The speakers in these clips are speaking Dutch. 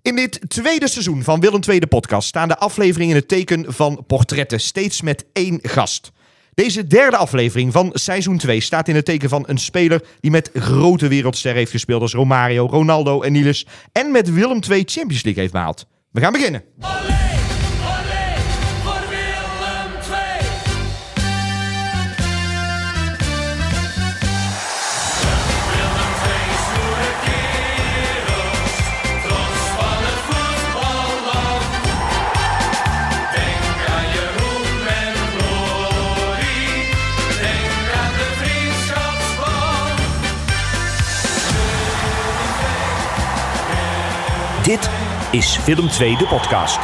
In dit tweede seizoen van Willem II de podcast staan de afleveringen in het teken van portretten, steeds met één gast. Deze derde aflevering van seizoen 2 staat in het teken van een speler die met grote wereldsterren heeft gespeeld als Romario, Ronaldo en Niels en met Willem II Champions League heeft behaald. We gaan beginnen. Dit is Willem II de podcast.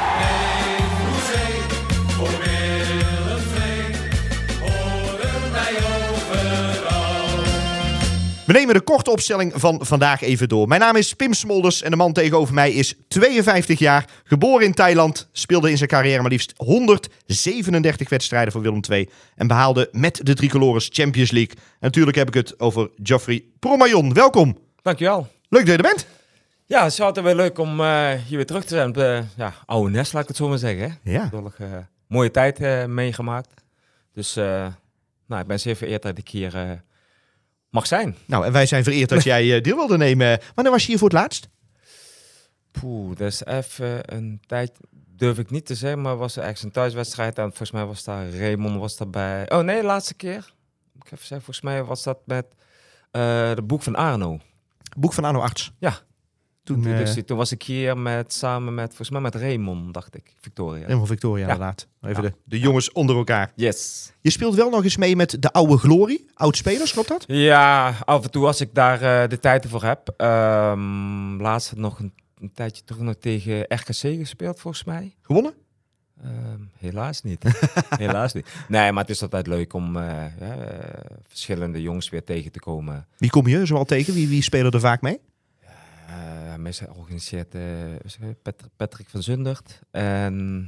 We nemen de korte opstelling van vandaag even door. Mijn naam is Pim Smolders en de man tegenover mij is 52 jaar, geboren in Thailand, speelde in zijn carrière maar liefst 137 wedstrijden voor Willem II en behaalde met de Tricolores Champions League. En natuurlijk heb ik het over Geoffrey Promaillon. Welkom. Dankjewel. Leuk dat je er bent. Ja, het is altijd wel leuk om hier weer terug te zijn. Oude nest, laat ik het zo maar zeggen. Hè? Ja. Mooie tijd meegemaakt. Dus ik ben zeer vereerd dat ik hier mag zijn. Nou, en wij zijn vereerd dat jij deel wilde nemen. Wanneer was je hier voor het laatst? Dat is even een tijd, durf ik niet te zeggen, maar was er ergens een thuiswedstrijd. En volgens mij was daar Raymond was daarbij. Oh nee, de laatste keer. Ik even zeggen, volgens mij was dat met het boek van Arno. Boek van Arno Arts. Ja. Toen was ik hier samen met, volgens mij met Raymond, dacht ik, Victoria. Helemaal Victoria, inderdaad. Even de jongens onder elkaar. Yes. Je speelt wel nog eens mee met de oude glorie, oud-spelers, klopt dat? Ja, af en toe als ik daar de tijd ervoor heb. Laatst nog een tijdje terug nog tegen RKC gespeeld, volgens mij. Gewonnen? Helaas niet. Helaas niet. Nee, maar het is altijd leuk om verschillende jongens weer tegen te komen. Wie kom je zoal tegen? Wie spelen er vaak mee? Meestal organiseert Patrick van Zundert. En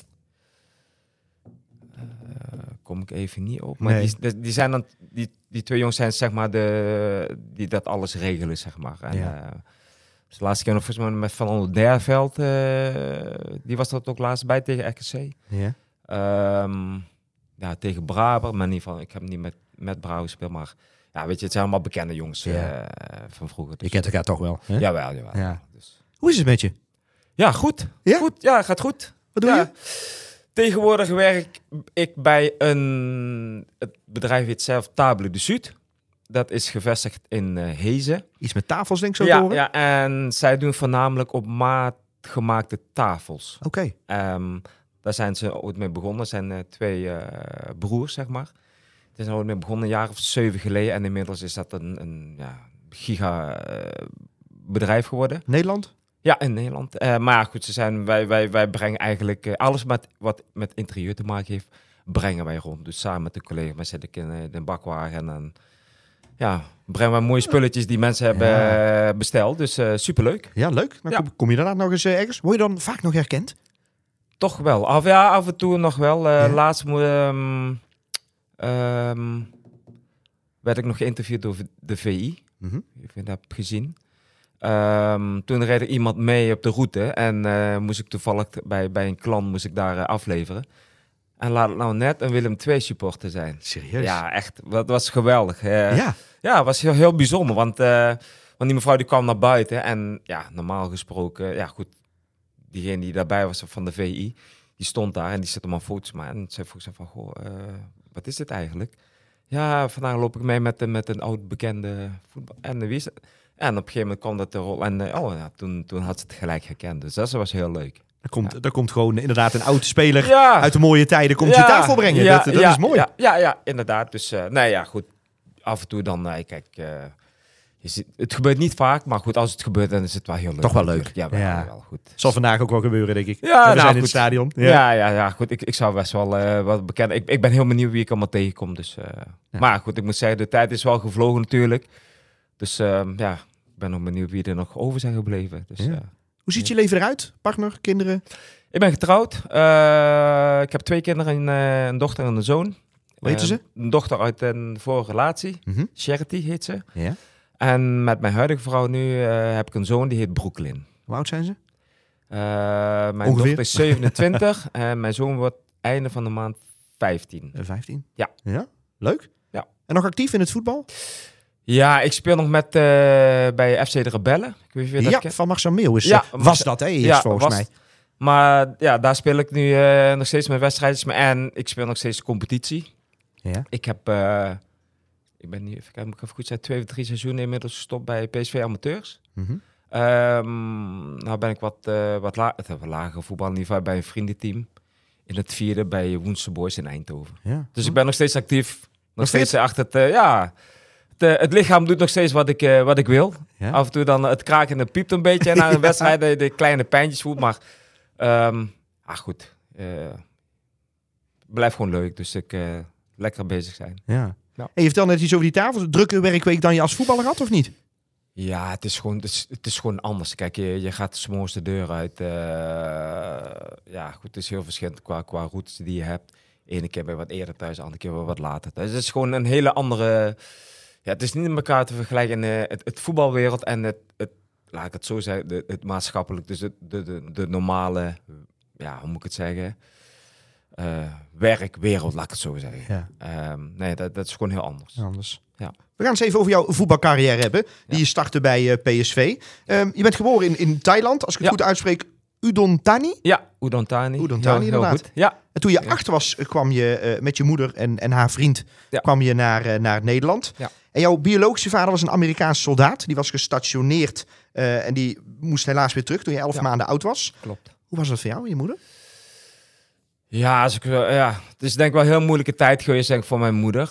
kom ik even niet op. Maar nee. die zijn dan, die twee jongens zijn zeg maar die dat alles regelen, zeg maar. En, dus de laatste keer nog volgens mij met Van Onder Derveld. Die was er ook laatst bij tegen RKC. Ja. Tegen Braber. Maar in ieder geval, ik heb niet met Braber gespeeld, maar... Ja, weet je, het zijn allemaal bekende jongens van vroeger. Dus. Je kent elkaar toch wel? Hè? Jawel. Ja. Dus. Hoe is het met je? Ja, goed. Ja? Goed. Ja, gaat goed. Wat doe je? Tegenwoordig werk ik bij het bedrijf heet zelf Table du Sud. Dat is gevestigd in Hezen. Iets met tafels, denk ik zo te horen? Ja, en zij doen voornamelijk op maat gemaakte tafels. Oké. Daar zijn ze ooit mee begonnen. Er zijn twee broers, zeg maar. Het is ooit mee begonnen, een jaar of 7 geleden. En inmiddels is dat een giga bedrijf geworden. Nederland? Ja, in Nederland. Maar ja, goed, wij brengen eigenlijk alles wat met interieur te maken heeft, brengen wij rond. Dus samen met de collega's zit ik in de bakwagen en brengen we mooie spulletjes die mensen hebben besteld. Dus superleuk. Ja, leuk. Dan kom je daarna nog eens ergens. Word je dan vaak nog herkend? Toch wel. Af en toe nog wel. Laatst werd ik nog geïnterviewd door de VI. Mm-hmm. Ik vind dat gezien. Toen reed er iemand mee op de route en moest ik toevallig bij een klant daar afleveren. En laat het nou net een Willem II supporter zijn. Serieus? Ja, echt. Dat was geweldig. Ja, het was heel bijzonder, want die mevrouw die kwam naar buiten en normaal gesproken, diegene die daarbij was van de VI, die stond daar en die zette maar foto's maar en zij vroeg ze van, wat is dit eigenlijk? Ja, vandaag loop ik mee met een oud bekende voetbal. En wie is het? En op een gegeven moment kwam dat de rol. En toen had ze het gelijk gekend. Dus dat was heel leuk. Er komt gewoon inderdaad een oude speler uit de mooie tijden. Komt je tafel brengen. Dat is mooi. Ja, inderdaad. Dus goed. Af en toe dan, het gebeurt niet vaak. Maar goed, als het gebeurt, dan is het wel heel leuk. Toch wel leuk. Ja, wel goed. Zal vandaag ook wel gebeuren, denk ik. Ja, we zijn in het stadion. Ja, goed. Ik zou best wel wat bekend. Ik ben heel benieuwd wie ik allemaal tegenkom. Dus, Maar goed, ik moet zeggen, de tijd is wel gevlogen natuurlijk. Dus ik ben nog benieuwd wie er nog over zijn gebleven. Dus, Hoe ziet je leven eruit? Partner, kinderen? Ik ben getrouwd. Ik heb 2 kinderen, een dochter en een zoon. Hoe heten ze? Een dochter uit een vorige relatie. Mm-hmm. Charity heet ze. Ja. En met mijn huidige vrouw nu heb ik een zoon, die heet Brooklyn. Hoe oud zijn ze? Mijn Ongeveer? dochter is 27 en mijn zoon wordt einde van de maand 15. 15? Ja. Ja, leuk. Ja. En nog actief in het voetbal? Ja, ik speel nog met bij FC de Rebellen. Ik weet niet of je dat Ja, kent. van Marcel Meeuw Ja, was dat, hè? Eerst volgens mij. Maar ja, daar speel ik nu nog steeds mijn wedstrijdjes mee. En ik speel nog steeds de competitie. Ja. Ik heb, ik ben nu, even kijken, moet ik even goed zijn, 2 of 3 seizoenen inmiddels gestopt bij PSV Amateurs. Mhm. Nou ben ik wat lager voetbalniveau bij een vriendenteam. In het 4e bij Woensel Boys in Eindhoven. Ja. Dus ik ben nog steeds actief. Nog fit? steeds achter het lichaam doet nog steeds wat ik wil. Ja. Af en toe dan het kraken en het piept een beetje na een wedstrijd. Dat je de kleine pijntjes voelt. Maar goed. Blijft gewoon leuk. Dus ik lekker bezig zijn. Ja. Ja. En je vertelde net iets over die tafel. Drukke werkweek dan je als voetballer had, of niet? Ja, het is gewoon anders. Kijk, je gaat 's morgens de deur uit. Het is heel verschillend qua routes die je hebt. Ene keer ben je wat eerder thuis, de andere keer weer wat later thuis. Het is gewoon een hele andere... Ja, het is niet met elkaar te vergelijken. Het voetbalwereld en het, laat ik het zo zeggen, het maatschappelijk. Dus de normale, ja, hoe moet ik het zeggen? Werkwereld, laat ik het zo zeggen. Ja. Nee, dat is gewoon heel anders. Anders. Ja. We gaan het eens even over jouw voetbalcarrière hebben. Die je startte bij PSV. Je bent geboren in Thailand, als ik het goed uitspreek. Udon Thani. Ja, Udon Thani. Udon Thani, heel inderdaad. goed. Ja. En toen je 8 was, kwam je met je moeder en haar vriend kwam je naar Nederland. Ja. En jouw biologische vader was een Amerikaanse soldaat. Die was gestationeerd en die moest helaas weer terug toen je 11 maanden oud was. Klopt. Hoe was dat voor jou en je moeder? Ja, het is denk ik wel een heel moeilijke tijd geweest denk ik, voor mijn moeder.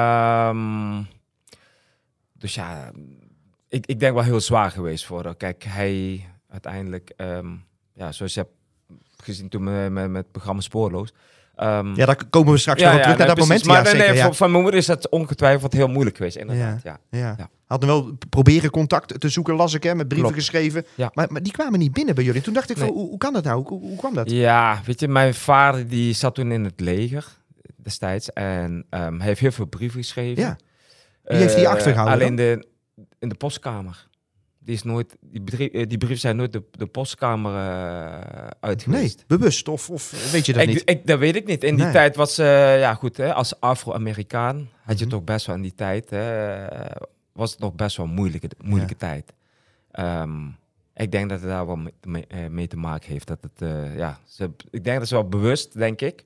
Dus ja, ik denk wel heel zwaar geweest voor haar. Kijk, hij uiteindelijk, zoals je hebt gezien toen met het programma Spoorloos. Ja, daar komen we straks nog op terug naar dat precies. moment. Maar Ja, zeker, ja. voor mijn moeder is dat ongetwijfeld heel moeilijk geweest, inderdaad. Ja. Had dan wel proberen contact te zoeken, las ik, hè, met brieven geschreven. Ja. Maar die kwamen niet binnen bij jullie. Toen dacht ik, van, hoe kan dat nou? Hoe kwam dat? Ja, weet je, mijn vader die zat toen in het leger destijds. En hij heeft heel veel brieven geschreven. Ja. Wie heeft die achtergehouden? Alleen in de postkamer. Die is nooit, die brieven zijn nooit de postkamer uit geweest. Nee, bewust of weet je dat niet? Dat weet ik niet. In die tijd was, als Afro-Amerikaan had je toch best wel in die tijd, was het nog best wel een moeilijke tijd. Ik denk dat het daar wel mee te maken heeft. Dat het, ik denk dat ze wel bewust, denk ik,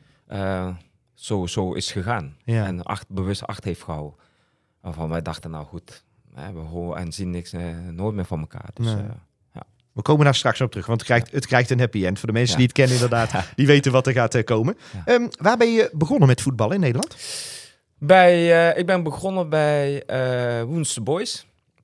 zo is gegaan. Ja. En bewust acht heeft gehouden. Waarvan wij dachten, nou goed, we horen en zien niks, nooit meer van elkaar. Dus, we komen daar straks op terug, want het krijgt een happy end. Voor de mensen die het kennen inderdaad, die weten wat er gaat komen. Ja. Waar ben je begonnen met voetbal in Nederland? Ik ben begonnen bij Woensel Boys.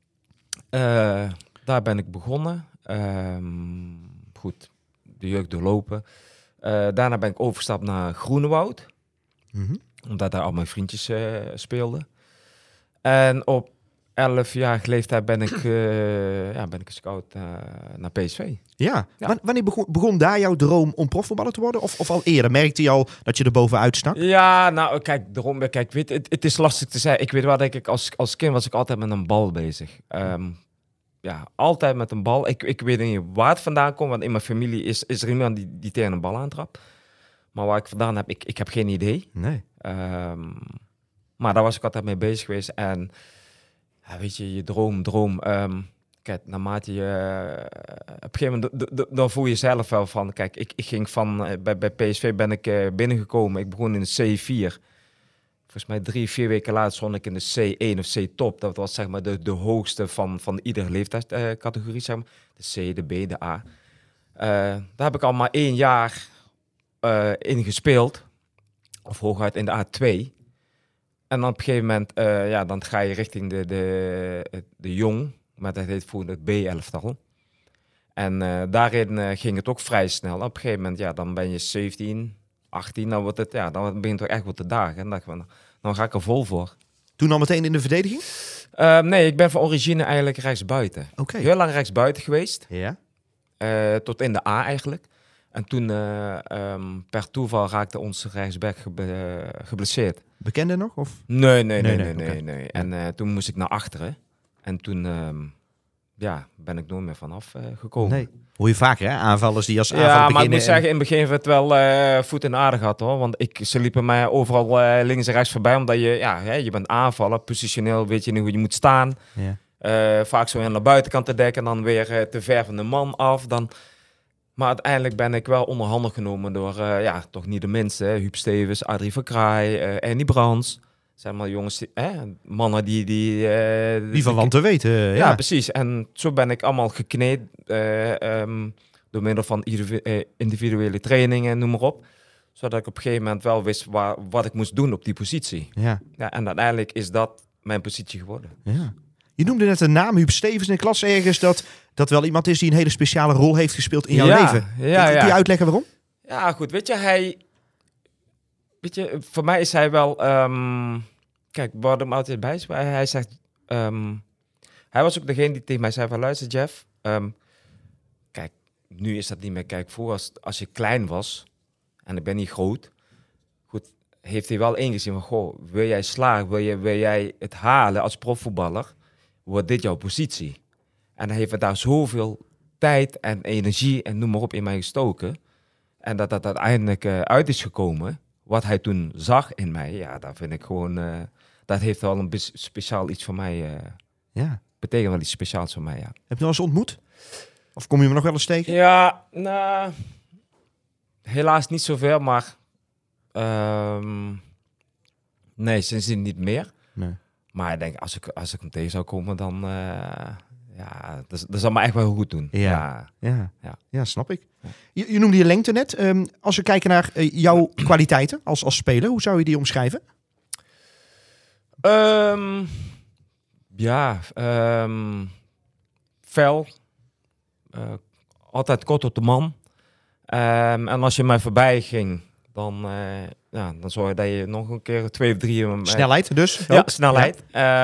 Daar ben ik begonnen. Goed, de jeugd doorlopen. Daarna ben ik overgestapt naar Groenewoud. Omdat daar al mijn vriendjes speelden. En op 11-jarige leeftijd ben ik gescout naar PSV. Ja. Wanneer begon daar jouw droom om profvoetballer te worden? Of al eerder? Merkte je al dat je er bovenuit stak? Ja, nou kijk, weet, het is lastig te zeggen. Ik weet wel, denk ik, als kind was ik altijd met een bal bezig. Altijd met een bal. Ik weet niet waar het vandaan komt, want in mijn familie is er iemand die tegen een bal aantrapt. Maar waar ik vandaan heb, ik heb geen idee. Nee. Maar daar was ik altijd mee bezig geweest. En weet je, je droom. Kijk, naarmate je... op een gegeven moment, dan voel je zelf wel van... Kijk, ik ging van... bij PSV ben ik binnengekomen. Ik begon in de C4. Volgens mij 3-4 weken later stond ik in de C1 of C-top. Dat was zeg maar de hoogste van iedere leeftijdscategorie. Zeg maar. De C, de B, de A. Daar heb ik al maar 1 jaar in gespeeld. Of hooguit in de A2. En dan op een gegeven moment, dan ga je richting de jong, maar dat heet voor het B-elftal. En daarin ging het ook vrij snel. Op een gegeven moment, dan ben je 17, 18, dan wordt het, dan begint het echt wat te dagen. En dan ga ik er vol voor. Toen al meteen in de verdediging? Nee, ik ben van origine eigenlijk rechtsbuiten. Okay. Heel lang rechtsbuiten geweest. Ja. Tot in de A eigenlijk. En toen per toeval raakte onze rechtsback geblesseerd. Bekende nog? Of? Nee. Okay. En toen moest ik naar achteren. En toen ben ik nooit meer vanaf gekomen. Nee. Hoor je vaker, hè? Aanvallers die als aanvaller Ja, maar beginnen. ik moet zeggen, in het begin heeft het wel voet in aarde gehad, hoor. Want ze liepen mij overal links en rechts voorbij. Omdat je bent aanvaller, positioneel weet je niet hoe je moet staan. Ja. Vaak zo aan de buitenkant te dekken, dan weer te ver van de man af. Maar uiteindelijk ben ik wel onderhanden genomen door, toch niet de minste. Huub Stevens, Adrie Verkraai, Annie Brands. Zijn maar jongens, mannen die van want te weten. Ja, precies. En zo ben ik allemaal gekneed door middel van individuele trainingen, noem maar op. Zodat ik op een gegeven moment wel wist wat ik moest doen op die positie. Ja. Ja, en uiteindelijk is dat mijn positie geworden. Ja. Je noemde net een naam, Huub Stevens. En ik las ergens dat wel iemand is die een hele speciale rol heeft gespeeld in jouw leven. Kun je uitleggen waarom? Ja, goed. Weet je, voor mij is hij wel... kijk, wat hem altijd bij is, hij zegt... hij was ook degene die tegen mij zei van... Luister, Jeff. Kijk, nu is dat niet meer... Kijk, voor als je klein was... En ik ben niet groot... Goed, heeft hij wel ingezien van... Goh, wil jij slagen? Wil jij het halen als profvoetballer? Wordt dit jouw positie? En hij heeft daar zoveel tijd en energie... En noem maar op in mij gestoken... En dat uiteindelijk uit is gekomen... Wat hij toen zag in mij, ja, dat vind ik gewoon... dat heeft wel een speciaal iets voor mij... betekent wel iets speciaals voor mij, ja. Heb je nog eens ontmoet? Of kom je me nog wel eens tegen? Ja, nou... helaas niet zoveel, maar... nee, sindsdien niet meer. Nee. Maar ik denk, als ik hem tegen zou komen, dan... dat zal me echt wel goed doen. Ja, snap ik. Je noemde je lengte net. Als we kijken naar jouw kwaliteiten als speler, hoe zou je die omschrijven? Fel. Altijd kort op de man. En als je mij voorbij ging, dan zorg je dat je nog een keer 2 of 3... Snelheid dus? Ja, snelheid.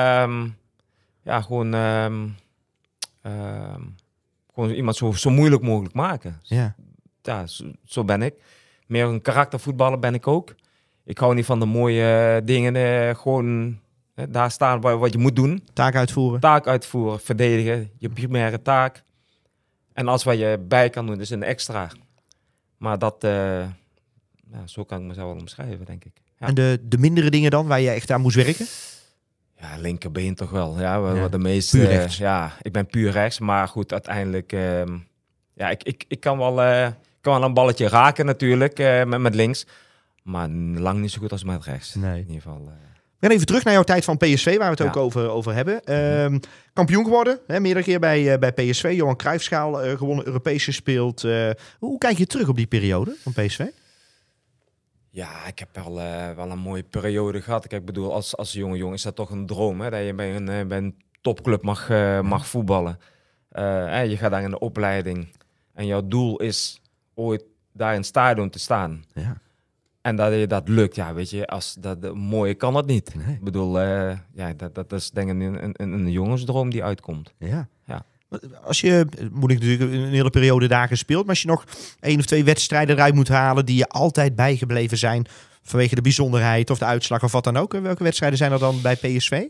Gewoon iemand zo moeilijk mogelijk maken. Ja, zo ben ik. Meer een karaktervoetballer ben ik ook. Ik hou niet van de mooie dingen. Gewoon daar staan wat je moet doen. Taak uitvoeren, verdedigen. Je primaire taak. En als wat je bij kan doen, is een extra. Maar dat, zo kan ik mezelf wel omschrijven, denk ik. Ja. En de mindere dingen dan, waar je echt aan moest werken? Ja, linkerbeen toch wel. Ja, de meeste. Puur rechts. Ik ben puur rechts. Maar goed, uiteindelijk... ik kan wel een balletje raken natuurlijk met links. Maar lang niet zo goed als met rechts. Nee. In ieder geval... We gaan even terug naar jouw tijd van PSV, waar we het ook over hebben. Kampioen geworden, meerdere keer bij PSV. Johan Cruijffschaal gewonnen, Europees gespeeld. Hoe kijk je terug op die periode van PSV? Ja, ik heb wel een mooie periode gehad. Ik bedoel, als jonge is dat toch een droom, hè? Dat je bij een topclub mag voetballen. Je gaat daar in de opleiding. En jouw doel is ooit daar in het stadion te staan. Ja. En dat je dat lukt, ja, weet je, mooie kan dat niet. Nee. Ik bedoel, dat is denk ik een jongensdroom die uitkomt. Ja. Ja. Als je, moet ik natuurlijk een hele periode daar gespeeld, maar als je nog 1 of 2 wedstrijden eruit moet halen die je altijd bijgebleven zijn vanwege de bijzonderheid of de uitslag of wat dan ook. Welke wedstrijden zijn er dan bij PSV?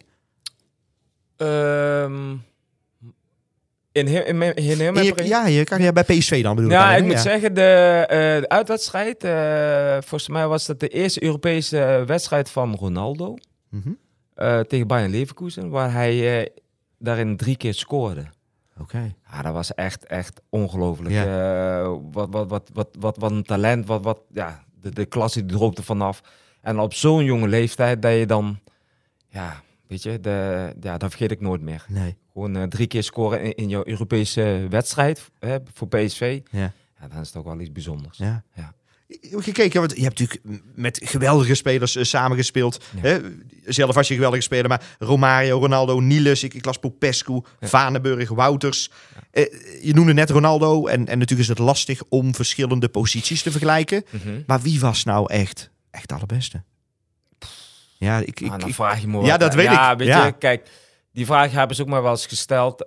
Je kan bij PSV dan bedoel ik. Ja, ik moet zeggen, de uitwedstrijd, volgens mij was dat de eerste Europese wedstrijd van Ronaldo tegen Bayern Leverkusen, waar hij daarin 3 keer scoorde. Oké. Ja, dat was echt ongelooflijk. Ja. Wat een talent, de klasse die droopte vanaf. En op zo'n jonge leeftijd dat je dan, weet je, dat vergeet ik nooit meer. Nee. Gewoon 3 keer scoren in jouw Europese wedstrijd voor PSV. Ja, dan is het ook wel iets bijzonders. Ja. Gekeken, want je hebt natuurlijk met geweldige spelers samengespeeld. Ja. Hè? Zelf was je geweldige speler, maar Romario, Ronaldo, Niels, ik las Popescu, Vaneburg, Wouters. Je noemde net Ronaldo en natuurlijk is het lastig om verschillende posities te vergelijken. Maar wie was nou echt het allerbeste? Ja, dan vraag je me ja, dat weet ik. Weet je, kijk, die vraag hebben ze ook maar wel eens gesteld.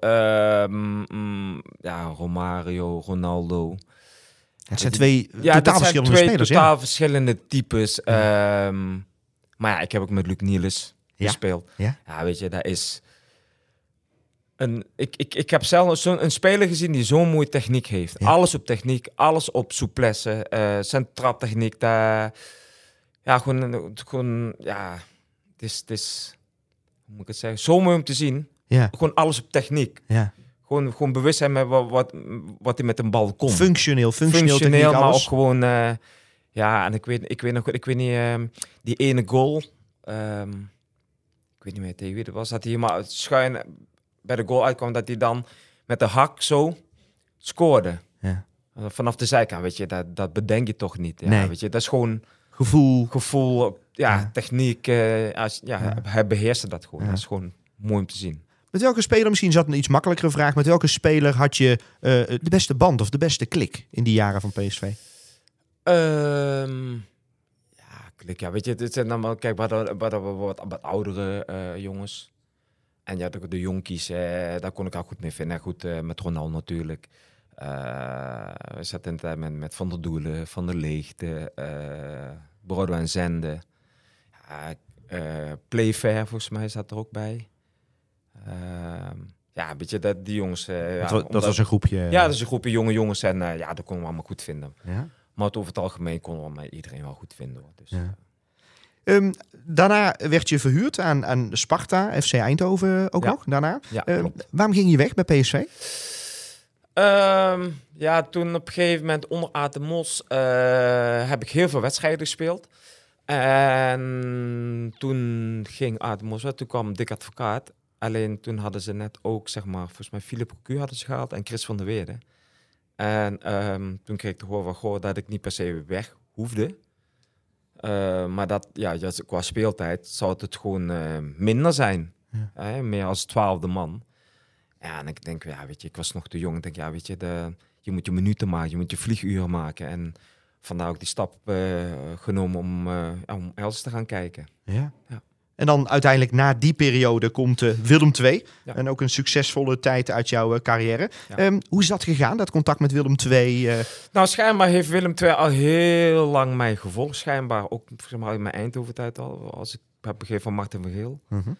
Romario, Ronaldo. Het zijn 2 totaal verschillende spelers. Totaal verschillende types. Maar ik heb ook met Luc Niels gespeeld. Ja, weet je, dat is... Ik heb zelf een speler gezien die zo'n mooie techniek heeft. Ja. Alles op techniek, alles op souplesse. Zijn traptechniek, daar... Ja, gewoon ja... Het is... Hoe moet ik het zeggen? Zo mooi om te zien. Ja, Gewoon alles op techniek. ja. Gewoon bewust zijn met wat hij met een bal kon. Functioneel techniek, maar alles. ook gewoon... ja, en ik weet nog... Ik weet niet... die ene goal... ik weet niet meer tegen wie het was. Dat hij helemaal schuin bij de goal uitkwam. Dat hij dan met de hak zo scoorde. Ja. Vanaf de zijkant, weet je. Dat bedenk je toch niet. Ja, Nee. weet je. Dat is gewoon Gevoel. Ja. techniek. Hij beheerste dat gewoon. Ja. Dat is gewoon mooi om te zien. Met welke speler, misschien zat een iets makkelijkere vraag, met welke speler had je de beste band of de beste klik in die jaren van PSV? Klik, ja, weet je, het zijn dan wel, kijk, we hadden wat oudere jongens. En ja, de jonkies, daar kon ik ook goed mee vinden. Goed, met Ronald natuurlijk. We zaten in de tijd met Van der Doelen, Van der Leegte, Boudewijn Zende. Playfair, volgens mij, zat er ook bij. Ja, weet je, die jongens... Dat was een groepje. Ja, dat is een groepje jonge jongens en ja, dat konden we allemaal goed vinden. Ja. Maar over het algemeen konden we iedereen wel goed vinden. Hoor. Dus, Ja. Daarna werd je verhuurd aan Sparta, FC Eindhoven ook Ja. nog, daarna. Ja, klopt. Waarom ging je weg bij PSV? Ja, toen op een gegeven moment onder Aad de Mos heb ik heel veel wedstrijden gespeeld. En toen ging Aad de Mos weg, toen kwam Dick Advocaat. Alleen toen hadden ze net ook, zeg maar, volgens mij Philip Cocu hadden ze gehaald en Chris van der Weerde. En toen kreeg ik te horen van, dat ik niet per se weg hoefde. Maar dat, ja, qua speeltijd zou het gewoon minder zijn. Ja. Meer als 12e man. Ja, en ik denk, ja, weet je, ik was nog te jong. Ik denk, ja, weet je, je moet je minuten maken, je moet je vlieguren maken. En vandaar ook die stap genomen om elders te gaan kijken. Ja. Ja. En dan uiteindelijk na die periode komt Willem II. Ja. En ook een succesvolle tijd uit jouw carrière. Ja. Hoe is dat gegaan, dat contact met Willem II? Nou, schijnbaar heeft Willem II al heel lang mij gevolgd. Schijnbaar ook zeg maar, in mijn Eindhoven-tijd al. Als ik heb begrepen van Martin Vergeel.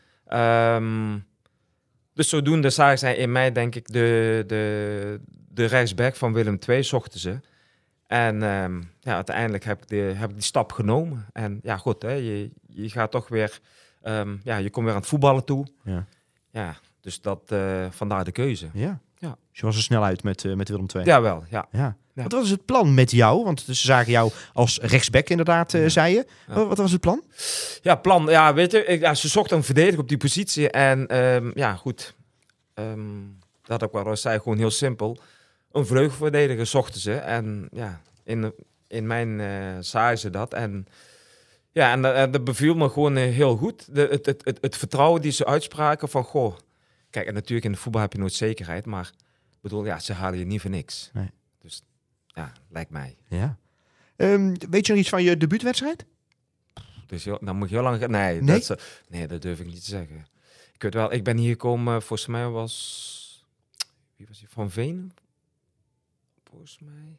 Dus zodoende zagen zij in mij, denk ik, de rechtsback van Willem II zochten ze. En ja, uiteindelijk heb ik die stap genomen. En ja, goed, hè, je gaat toch weer... ja, je komt weer aan het voetballen toe. Ja. Ja, dus dat vandaar de keuze. Ja. Ja. Dus je was er snel uit met Willem II. Jawel, ja. Ja. Ja. Wat was het plan met jou? Want ze zagen jou als rechtsback inderdaad, zei je. Ja. Wat was het plan? Ja, plan. Ja, weet je, ze zochten een verdediger op die positie. En ja, goed. Dat ook wel zei, gewoon heel simpel. Een vleugelverdediger zochten ze. En ja, in mijn zagen ze dat. En ja, en dat beviel me gewoon heel goed. Het vertrouwen die ze uitspraken van, goh. Kijk, en natuurlijk in de voetbal heb je nooit zekerheid. Maar ik bedoel, ja, ze halen je niet voor niks. Nee. Dus ja, lijkt mij. Ja. Weet je nog iets van je debuutwedstrijd? Dus dan moet je heel lang... Nee, Nee? nee, dat durf ik niet te zeggen. Ik weet wel, ik ben hier gekomen, volgens mij was... Wie was hier? Van Veen? Volgens mij.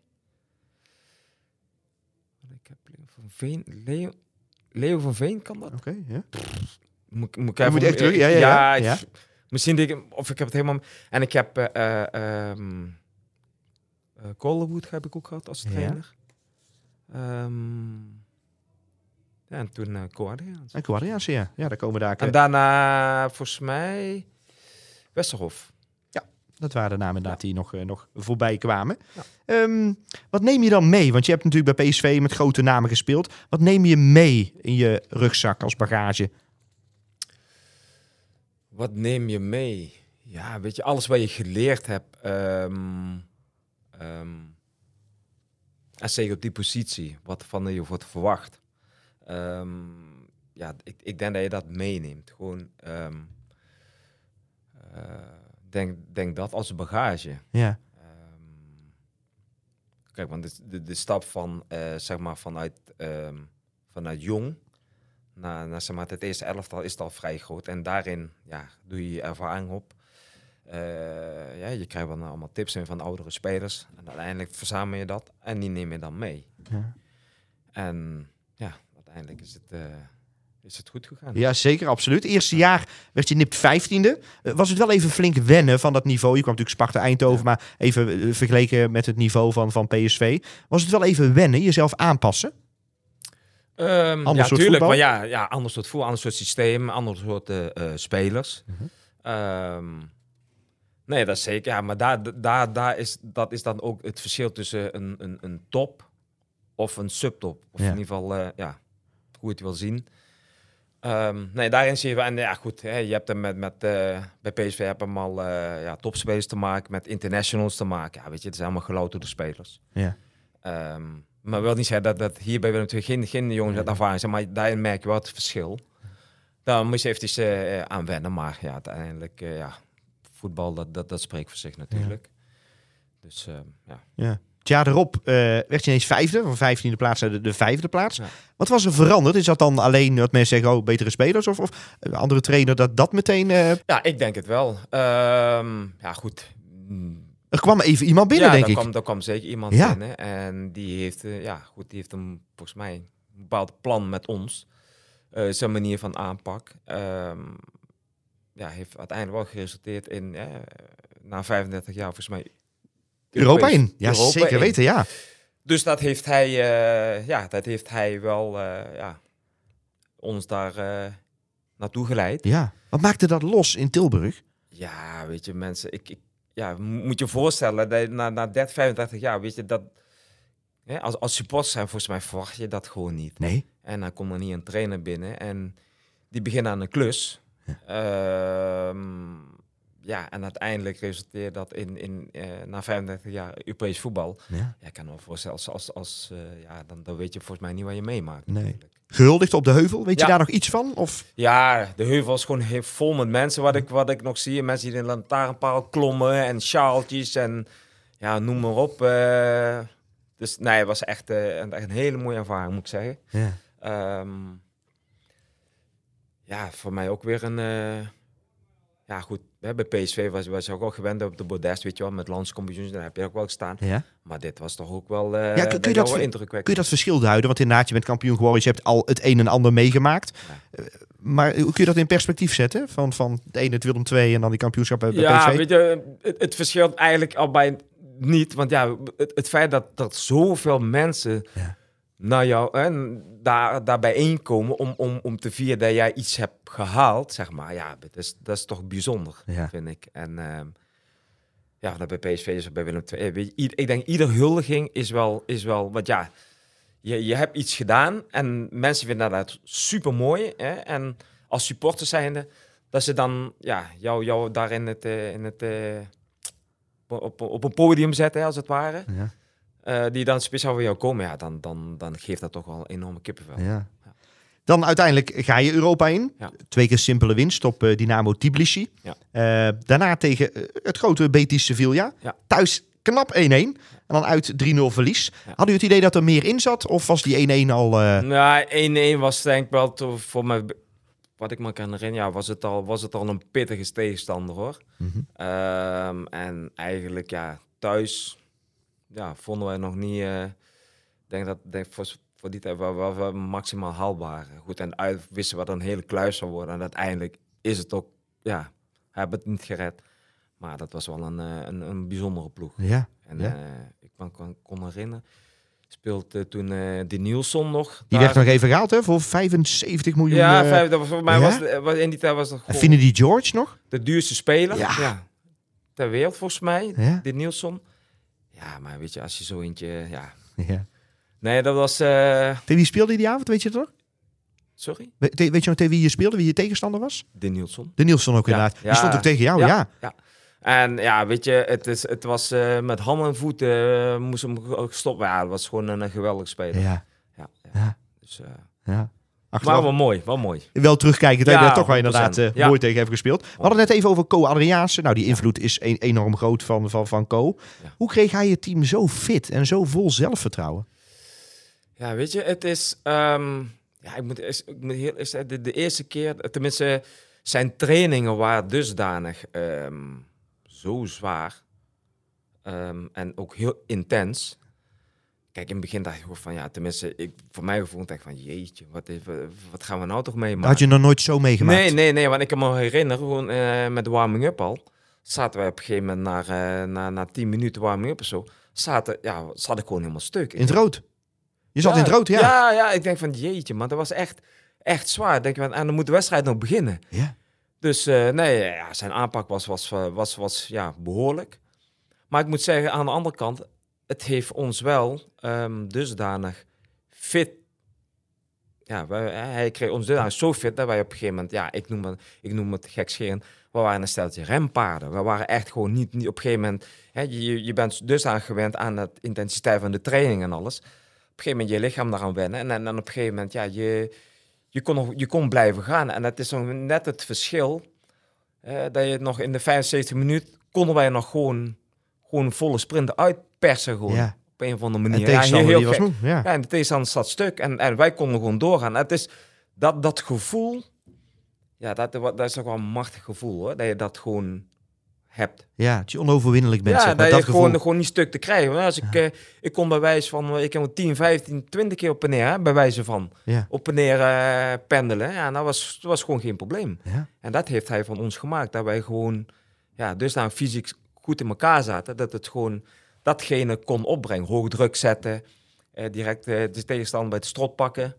Ik heb Van Veen... Leo van Veen, kan dat? Oké, ja. Moet ik Je even... moet echt terug, ja. Ja. Misschien of ik heb het helemaal... En ik heb... Colwood heb ik ook gehad als trainer. Ja, en toen Coadriaans. En Quadriaans, ja. Ja, daar komen daar... En daarna, volgens mij, Westerhof. Dat waren de namen inderdaad die nog voorbij kwamen. Ja. Wat neem je dan mee? Want je hebt natuurlijk bij PSV met grote namen gespeeld. Wat neem je mee in je rugzak als bagage? Wat neem je mee? Ja, weet je, alles wat je geleerd hebt. En zeker op die positie, wat van je wordt verwacht. Ja, ik denk dat je dat meeneemt. Gewoon, denk dat als bagage. Ja. Kijk, want de stap van, zeg maar, vanuit jong naar zeg maar, het eerste elftal is het al vrij groot. En daarin ja, doe je ervaring op. Ja, je krijgt dan allemaal tips van oudere spelers. En uiteindelijk verzamel je dat en die neem je dan mee. Ja. En ja, uiteindelijk is het goed gegaan. Ja, zeker, absoluut. Eerste jaar werd je nipt 15e. Was het wel even flink wennen van dat niveau? Je kwam natuurlijk Sparta Eindhoven, maar even vergeleken met het niveau van PSV. Was het wel even wennen, jezelf aanpassen? Ander soort tuurlijk, voetbal? maar ja, ander soort voetbal, ander soort systeem, ander soort spelers. Nee, dat is zeker. Ja, maar dat is dan ook het verschil tussen een top of een subtop. Of in ieder geval, hoe je het wil zien. Nee, daarin zie je wel. En ja, goed, hè, je hebt er bij PSV heb je allemaal topspelers te maken, met internationals te maken. Ja, weet je, het zijn allemaal gelouterde spelers. Ja. Maar wil niet zeggen dat hier bij Willem II geen jongens met ervaring zijn, maar daarin merk je wel het verschil. Daar moet je eventjes aan wennen, maar ja, uiteindelijk, voetbal, dat spreekt voor zich natuurlijk. Dus, Ja. Het jaar erop werd je ineens vijfde, van 15e plaats naar de vijfde plaats. Ja. Wat was er veranderd? Is dat dan alleen dat mensen zeggen, betere spelers? Of een andere trainer dat meteen... Ja, ik denk het wel. Ja, goed. Er kwam even iemand binnen, denk ik. Er kwam zeker iemand binnen. En die heeft, die heeft een, volgens mij een bepaald plan met ons. Zijn manier van aanpak. Heeft uiteindelijk wel geresulteerd in, na 35 jaar, volgens mij... Europa in. Ja, Europa zeker in. weten, ja. Dus dat heeft hij, wel ons daar naartoe geleid. Ja. Wat maakte dat los in Tilburg? Ja, weet je, mensen, moet je voorstellen, dat na 30, 35 jaar, weet je, dat als supporter zijn, volgens mij verwacht je dat gewoon niet. Nee. En dan komt er niet een trainer binnen en die begint aan een klus. En uiteindelijk resulteert dat na 35 jaar Europees voetbal. Ja, ik kan me wel voorstellen, dan weet je volgens mij niet wat je meemaakt. Nee. Gehuldigd op de heuvel, weet je daar nog iets van? Of? Ja, de heuvel is gewoon heel vol met mensen, wat ik nog zie. Mensen die in de lantaarnpaal klommen en sjaaltjes en ja, noem maar op. Dus nee, het was echt een hele mooie ervaring, moet ik zeggen. Ja. Voor mij ook weer een... goed, bij PSV was je ook al gewend op de Bordes, weet je wel, met landskampioens, daar heb je ook wel gestaan. Ja. Maar dit was toch ook wel, kun je dat wel indrukwekkend. Kun je dat verschil duiden? Want inderdaad, je bent kampioen geworden, je hebt al het een en ander meegemaakt. Ja. Maar hoe kun je dat in perspectief zetten? Van het ene, het Willem II en dan die kampioenschap bij PSV? Ja, weet je, het verschilt eigenlijk al bij niet. Want ja, het feit dat zoveel mensen... Ja. naar jou en daar bijeenkomen om te vieren dat jij iets hebt gehaald, zeg maar. Ja, dat is toch bijzonder, vind ik. En dat bij PSV is bij Willem II. Ik denk, ieder huldiging is wel want ja, je hebt iets gedaan en mensen vinden dat super mooi. En als supporters zijnde, dat ze dan jou daar op een podium zetten, als het ware. Ja. Die dan speciaal voor jou komen, dan geeft dat toch wel een enorme kippenvel. Ja. Dan uiteindelijk ga je Europa in. Ja. 2 keer simpele winst op Dynamo Tbilisi. Ja. Daarna tegen het grote Betis Sevilla. Ja. Thuis knap 1-1. En dan uit 3-0 verlies. Ja. Had u het idee dat er meer in zat? Of was die 1-1 al... Nou, 1-1 was denk ik wel voor mij... Wat ik me kan herinneren, was het al een pittige tegenstander, hoor. Mm-hmm. En eigenlijk, thuis... Ja, vonden wij nog niet... Ik denk voor die tijd wel maximaal haalbaar. Goed, en uit wisten we dat een hele kluis zou worden. En uiteindelijk is het ook... Ja, hebben het niet gered. Maar dat was wel een bijzondere ploeg. Ja. En ik kon herinneren... Speelde toen de Nielsen nog. Die werd nog even gehaald, hè? Voor 75 miljoen. Ja, dat was voor mij was in die tijd was dat gewoon... Vinden die George nog? De duurste speler. Ja. Ter wereld, volgens mij. Ja. De Nielsen. Ja, maar weet je, als je zo eentje... Ja. Nee, dat was... Tegen wie speelde je die avond, weet je het nog? Sorry? Weet je nog tegen wie je speelde, wie je tegenstander was? De Nielsen. De Nielsen ook inderdaad. Die stond ook tegen jou, ja. En ja, weet je, het was met hand en voeten moest hem stoppen. Ja, het was gewoon een geweldig speler. Ja. Dus, maar wel mooi. Wel terugkijken, dat je daar toch wel inderdaad mooi tegen heeft gespeeld. We hadden het net even over Co Adriaanse. Nou, die invloed is enorm groot van Co. Ja. Hoe kreeg hij je team zo fit en zo vol zelfvertrouwen? Ja, weet je, het is... ik moet heel de eerste keer... Tenminste, zijn trainingen waren dusdanig zo zwaar. En ook heel intens. kijk, in het begin dacht ik gewoon van, ja, tenminste, voor mij gevoel dacht ik van, jeetje, wat gaan we nou toch mee maken? Had je nog nooit zo meegemaakt? Nee, want ik kan me herinneren, gewoon met de warming-up al, zaten wij op een gegeven moment na 10 minuten warming-up of zo, zat ik gewoon helemaal stuk. In het rood? Je zat in het rood, ja. Ja, ik denk van, jeetje, man, dat was echt zwaar. Denk je, en dan moet de wedstrijd nog beginnen. Ja. Dus zijn aanpak was behoorlijk. Maar ik moet zeggen, aan de andere kant, het heeft ons wel dusdanig fit. Ja, hij kreeg ons dusdanig zo fit dat wij op een gegeven moment, ja, ik noem het gekscherend, we waren een steltje rempaarden. We waren echt gewoon niet op een gegeven moment, je bent dusdanig gewend aan de intensiteit van de training en alles. Op een gegeven moment je lichaam daaraan wennen en dan op een gegeven moment, ja, je kon blijven gaan. En dat is nog net het verschil, dat je nog in de 75 minuten konden wij nog gewoon volle sprinten uitpersen gewoon. Ja. Op een of andere manier. En de tegenstander die was moe. Ja. En de tegenstander zat stuk. En wij konden gewoon doorgaan. Het is dat gevoel, ja, dat is ook wel een machtig gevoel, hoor. Dat je dat gewoon hebt. Ja, dat je onoverwinnelijk bent. Ja, zeg maar, dat je gevoel. gewoon niet stuk te krijgen. Want als ik kon bij wijze van, ik heb 10, 15, 20 keer op en neer, bij wijze van, op en neer pendelen. Ja, dat was gewoon geen probleem. Ja. En dat heeft hij van ons gemaakt. Dat wij gewoon, ja, dus nou fysiek goed in elkaar zaten, dat het gewoon datgene kon opbrengen. Hoog druk zetten, direct de tegenstander bij het strot pakken.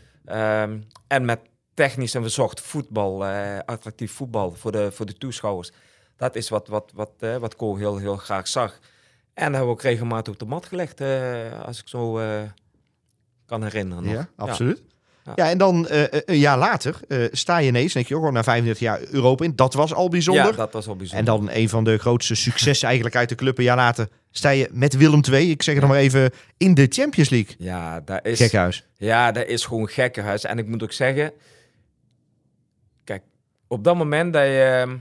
En met technisch en verzorgd voetbal, attractief voetbal voor de toeschouwers. Dat is wat Ko heel graag zag. En dat hebben we ook regelmatig op de mat gelegd, als ik zo kan herinneren. Nog. Ja, absoluut. Ja, en dan een jaar later sta je ineens, denk je ook al na 35 jaar Europa in. Dat was al bijzonder. Ja, dat was al bijzonder. En dan een van de grootste successen eigenlijk uit de club. Een jaar later sta je met Willem II, ik zeg het nog maar even, in de Champions League. Ja, dat is... Gekkenhuis. Ja, dat is gewoon gekkenhuis. En ik moet ook zeggen, kijk, op dat moment dat je...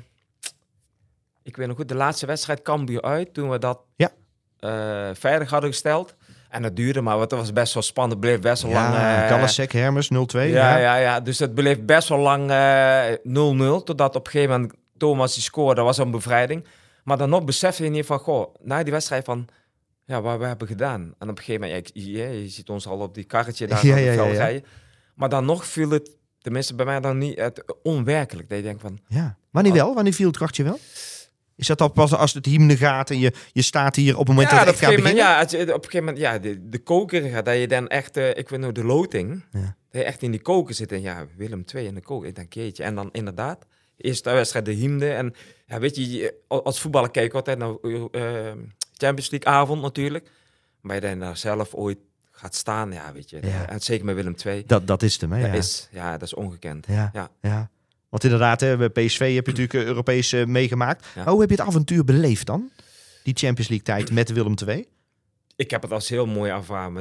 Ik weet nog goed, de laatste wedstrijd Cambuur uit, toen we dat veilig hadden gesteld. En dat duurde, maar het was best wel spannend. Het bleef best wel lang... Galasek, Hermes, 0-2. Ja. Dus het bleef best wel lang 0-0. Totdat op een gegeven moment Thomas die scoorde. Dat was een bevrijding. Maar dan nog besefte je niet van... Goh, na die wedstrijd van... Ja, wat we hebben gedaan. En op een gegeven moment... je ziet ons al op die karretje daar op het veld rijden. Maar dan nog viel het... Tenminste, bij mij dan niet onwerkelijk. Dat je denkt van... Ja. Wanneer wel? Wanneer viel het kwartje wel? Is dat al pas als het hymne gaat en je staat hier op het moment dat het echt gaat beginnen? Ja, op een gegeven moment, de koker gaat, dat je dan echt, ik weet nog, de loting, dat je echt in die koker zit en ja, Willem II in de koker, ik denk, jeetje. En dan inderdaad, eerste wedstrijd de hymne en ja, weet je, als voetballer kijk ik altijd naar Champions League avond natuurlijk, maar je dan daar zelf ooit gaat staan, ja, weet je, en zeker met Willem II. Dat is hem, hè? Dat is ongekend. Ja. Want inderdaad, bij PSV heb je natuurlijk Europees meegemaakt. Ja. Hoe heb je het avontuur beleefd dan? Die Champions League tijd met Willem II? Ik heb het als heel mooi ervaren.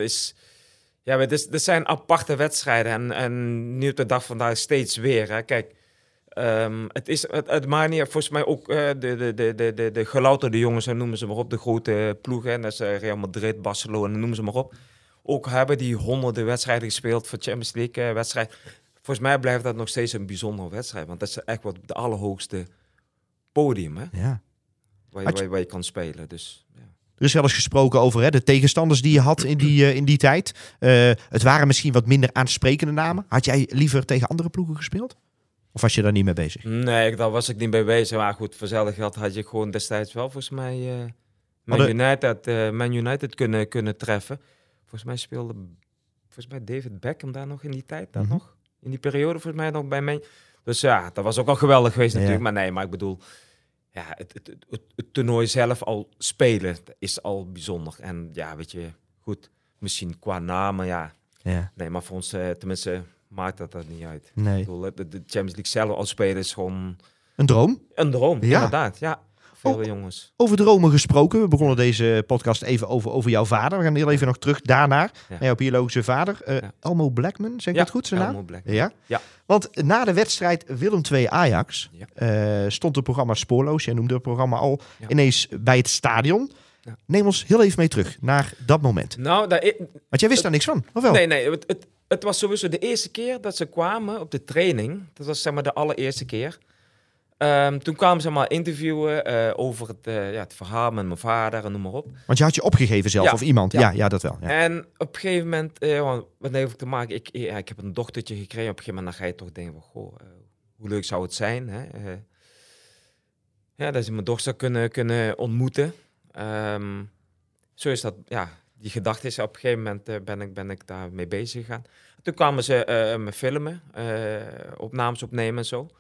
Het zijn aparte wedstrijden. En nu op de dag vandaag steeds weer. Hè. Kijk, het maakt niet volgens mij ook de gelouterde jongens, noemen ze maar op, de grote ploegen. Dat is Real Madrid, Barcelona, noemen ze maar op. Ook hebben die honderden wedstrijden gespeeld voor Champions League wedstrijd. Volgens mij blijft dat nog steeds een bijzondere wedstrijd. Want dat is echt wat de allerhoogste podium, hè? Ja. Waar je kan spelen. Dus, ja. Er is wel eens gesproken over de tegenstanders die je had in die tijd. Het waren misschien wat minder aansprekende namen. Had jij liever tegen andere ploegen gespeeld? Of was je daar niet mee bezig? Nee, daar was ik niet mee bezig. Maar goed, vanzelf had je gewoon destijds wel volgens mij Man United kunnen treffen. Volgens mij speelde David Beckham daar nog in die tijd. Daar nog. In die periode volgens mij nog bij mij. Dus ja, dat was ook al geweldig geweest natuurlijk. Maar ik bedoel, ja, het toernooi zelf al spelen is al bijzonder. En ja, weet je, goed, misschien qua namen, ja. Nee, maar voor ons tenminste maakt dat niet uit. Nee. Ik bedoel, de Champions League zelf al spelen is gewoon... Een droom? Een droom, inderdaad, ja. Veel jongens. Over dromen gesproken. We begonnen deze podcast even over jouw vader. We gaan heel even nog terug daarnaar. Naar jouw biologische vader. Elmo Blackman, zeg ik dat goed, zijn naam? Elmo Blackman. Ja? Want na de wedstrijd Willem II Ajax stond het programma Spoorloos. Jij noemde het programma al ineens bij het stadion. Ja. Neem ons heel even mee terug naar dat moment. Nou, want jij wist daar niks van, of wel? Nee. Het was sowieso de eerste keer dat ze kwamen op de training. Dat was zeg maar de allereerste keer. Toen kwamen ze maar interviewen over het verhaal met mijn vader en noem maar op. Want je had je opgegeven zelf, Ja. of iemand? Ja. Ja, dat wel. Ja. En op een gegeven moment, wat heeft te maken? Ik heb een dochtertje gekregen. Op een gegeven moment dan ga je toch denken van, goh, hoe leuk zou het zijn, hè? Dat je mijn dochter kunnen ontmoeten. Zo is dat, die gedachte is op een gegeven moment ben ik daar mee bezig gegaan. Toen kwamen ze me filmen, opnames opnemen en zo.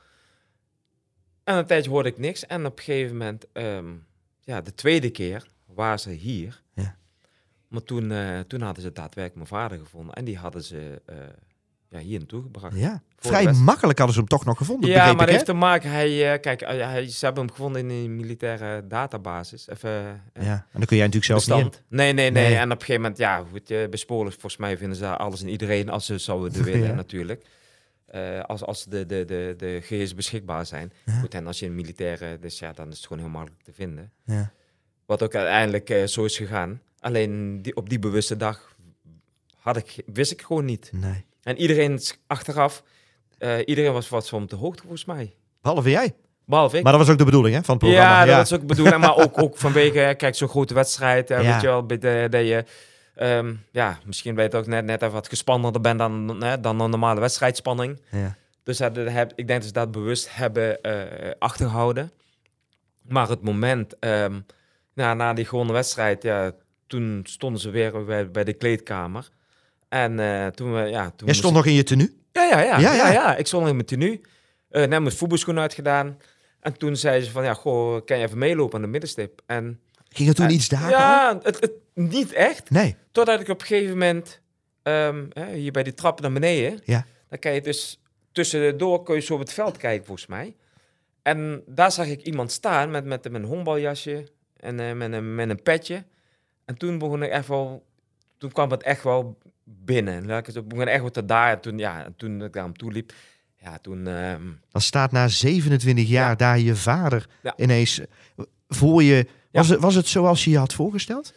En een tijdje hoorde ik niks. En op een gegeven moment, de tweede keer waren ze hier. Ja. Maar toen hadden ze daadwerkelijk mijn vader gevonden. En die hadden ze hier naartoe gebracht. Ja. Voor Vrij de rest. makkelijk hadden ze hem toch nog gevonden, Ja, begreep maar dat ik, heeft te maken... ze hebben hem gevonden in een militaire databasis. Ja, en dan kun jij natuurlijk zelf niet in. bestand. Nee. Nee. En op een gegeven moment, bij sporen, volgens mij vinden ze alles en iedereen als ze zouden willen, Ja. natuurlijk. Als de gegevens beschikbaar zijn. Ja. Goed, en als je een militaire, dus dan is het gewoon heel makkelijk te vinden. Ja. Wat ook uiteindelijk zo is gegaan. Alleen op die bewuste dag wist ik gewoon niet. Nee. En iedereen achteraf, iedereen was wat van op de hoogte volgens mij. Behalve jij. Behalve ik. Maar dat was ook de bedoeling, hè, van het programma. Ja, dat is ook de bedoeling. Maar ook vanwege, kijk, zo'n grote wedstrijd. Ja. Weet je wel, dat je... misschien weet je ook net even wat gespannerder bent dan een normale wedstrijdspanning. Ja. Dus ik denk dat ze dat bewust hebben achtergehouden. Maar het moment na die gewone wedstrijd, toen stonden ze weer bij de kleedkamer. En toen Jij stond nog in je tenue? Ja. Ik stond in mijn tenue. Net mijn voetbalschoenen uitgedaan. En toen zei ze van, goh, kan je even meelopen aan de middenstip? En Ging er toen iets daar? ja, het niet echt. Nee. Totdat ik op een gegeven moment, hier bij die trappen naar beneden, Ja. dan kan je dus tussendoor kun je zo op het veld kijken, volgens mij. En daar zag ik iemand staan met een honkbaljasje en met een petje. En toen toen kwam het echt wel binnen. Het begon echt wat te daar. En toen ik naar hem toe liep, toen... Dan staat na 27 jaar daar je vader Ja. ineens voor je. Was het zoals je je had voorgesteld?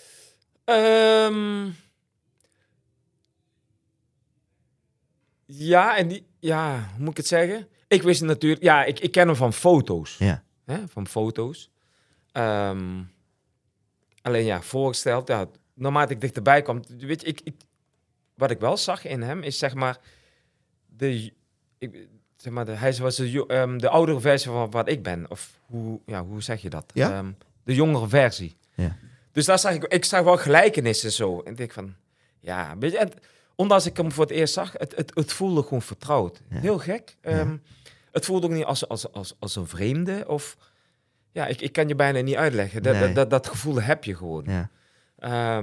Hoe moet ik het zeggen? Ik wist het natuurlijk, ik ken hem van foto's. Ja. Hè, van foto's. Alleen voorgesteld, naarmate ik dichterbij kwam, weet je, wat ik wel zag in hem is zeg maar hij was de oudere versie van wat ik ben. Of hoe zeg je dat? Ja? De jongere versie. Ja. Dus daar zag ik zag wel gelijkenissen zo. En ik denk van, weet je, ondanks ik hem voor het eerst zag, het voelde gewoon vertrouwd. Ja. Heel gek. Het voelde ook niet als een vreemde. Of ik kan je bijna niet uitleggen. Dat gevoel heb je gewoon. Ja.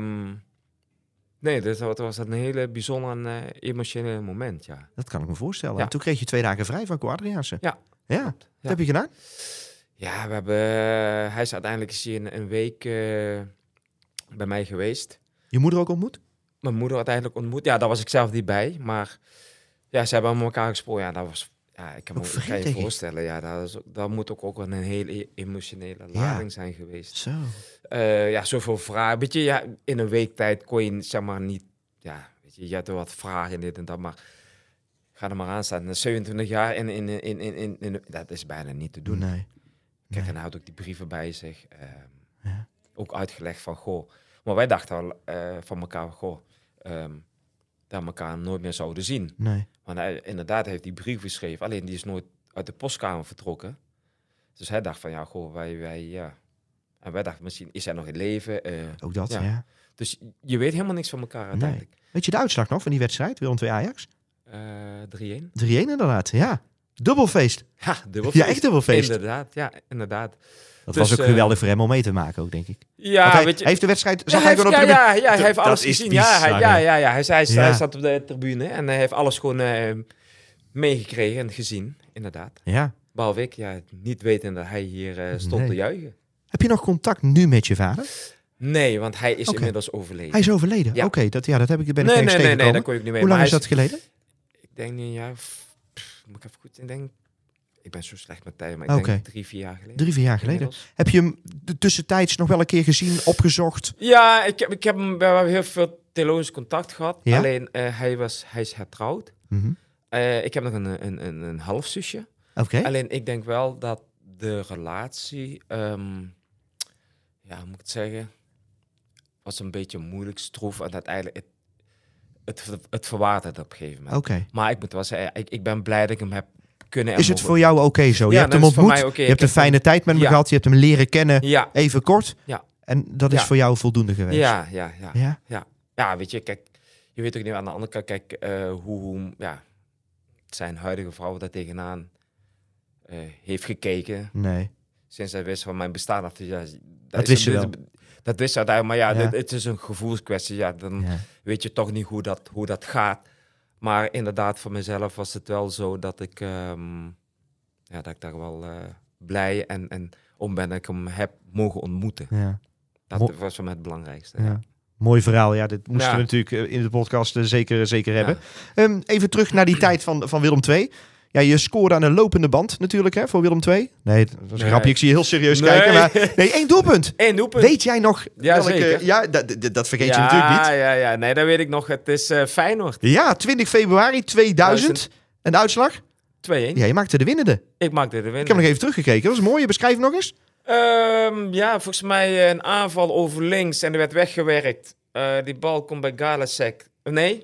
Dat was een hele bijzonder en emotionele moment, ja. Dat kan ik me voorstellen. Ja. En toen kreeg je 2 dagen vrij van Quadriaanse. Ja. Ja. Wat heb je gedaan? Ja, hij is uiteindelijk een week bij mij geweest. Je moeder ook ontmoet? Mijn moeder uiteindelijk ontmoet. Ja, daar was ik zelf niet bij. Maar ze hebben met elkaar gesproken. Ja, dat was... Ja, ik kan je voorstellen. Ja, dat moet ook een hele emotionele lading zijn geweest. Zo. Zoveel vragen. Weet je, in een week tijd kon je zeg maar niet... Ja, weet je had er wat vragen dit en dat, maar... Ga er maar aan staan. 27 jaar in dat is bijna niet te doen. Nee. Kijk, en hij had ook die brieven bij zich. Ook uitgelegd van, goh... Maar wij dachten al van elkaar, goh... dat we elkaar nooit meer zouden zien. Nee. Maar hij, inderdaad heeft die brief geschreven. Alleen die is nooit uit de postkamer vertrokken. Dus hij dacht van, En wij dachten, misschien is hij nog in leven. Ook dat, ja. ja. Dus je weet helemaal niks van elkaar uiteindelijk. Weet je de uitslag nog van die wedstrijd? Willem 2 Ajax? 3-1. 3-1 inderdaad, ja. Dubbelfeest. Ja, dubbelfeest. Ja, echt dubbelfeest. Inderdaad, ja, inderdaad. Dat Dus, was ook geweldig voor hem om mee te maken ook, denk ik. Ja, Want weet je... hij heeft de wedstrijd... Ja, Zag hij gewoon op de tribune? hij heeft Dat alles is gezien. bizar, Hij zat op de tribune en hij heeft alles gewoon meegekregen en gezien, inderdaad. Ja. Behalve ik, niet weten dat hij hier stond te juichen. Heb je nog contact nu met je vader? Nee, want hij is inmiddels overleden. Hij is overleden? Ja. Oké, dat ben ik Nee, tegengekomen. dat kon ik niet mee. Hoe lang Maar is dat geleden? Ik denk nu, moet ik even goed in denken. Ik ben zo slecht met tijd, maar ik denk 3-4 jaar geleden. 3-4 jaar geleden. Inmiddels. Heb je hem tussentijds nog wel een keer gezien, opgezocht? Ja, ik heb hem, we hebben heel veel telefonisch contact gehad. Ja? Alleen, hij is hertrouwd. Mhm. Ik heb nog een halfzusje. Oké. Alleen ik denk wel dat de relatie, hoe moet ik het zeggen, was een beetje moeilijk, stroef. En uiteindelijk, het verwaterde op een gegeven moment. Oké. Maar ik moet wel zeggen, ik ben blij dat ik hem heb kunnen... Is het voor jou oké zo? Je hebt hem dat is voor ontmoet, mij oké. je hebt een fijne tijd met hem Ja. gehad, je hebt hem leren kennen, Ja, even kort. Ja. En dat is Ja. voor jou voldoende geweest? ja. Ja? Ja, weet je, kijk, je weet ook niet aan de andere kant, kijk, hoe zijn huidige vrouw daar tegenaan heeft gekeken. Nee. Sinds hij wist van mijn bestaan af. Ja, Dat wist je wel. Dat wist hij daar, maar ja, Ja. het is een gevoelskwestie. Ja, dan Ja. weet je toch niet hoe dat gaat. Maar inderdaad, voor mezelf was het wel zo dat ik, dat ik daar wel blij en om ben dat ik hem heb mogen ontmoeten. Ja. Dat was voor mij het belangrijkste. Ja. Mooi verhaal. Ja, dit moesten Ja. we natuurlijk in de podcast zeker hebben. Even terug naar die tijd van Willem II. Ja, je scoorde aan een lopende band natuurlijk hè, voor Willem II. Nee, dat was een Nee. grapje. Ik zie je heel serieus Nee. kijken. Maar, nee, 1 doelpunt. 1 doelpunt. Weet jij nog Ja, zeker. Ja, dat vergeet je natuurlijk niet. Ja. Nee, dat weet ik nog. Het is Feyenoord. 2-1. Ja, 20 februari 2000. En de uitslag? Ja, je maakte de winnende. Ik maakte de Ik winnaar. heb nog even teruggekeken. Dat was mooi. Beschrijf hem nog eens. Volgens mij een aanval over links en er werd weggewerkt. Die bal komt bij Galasek. Nee,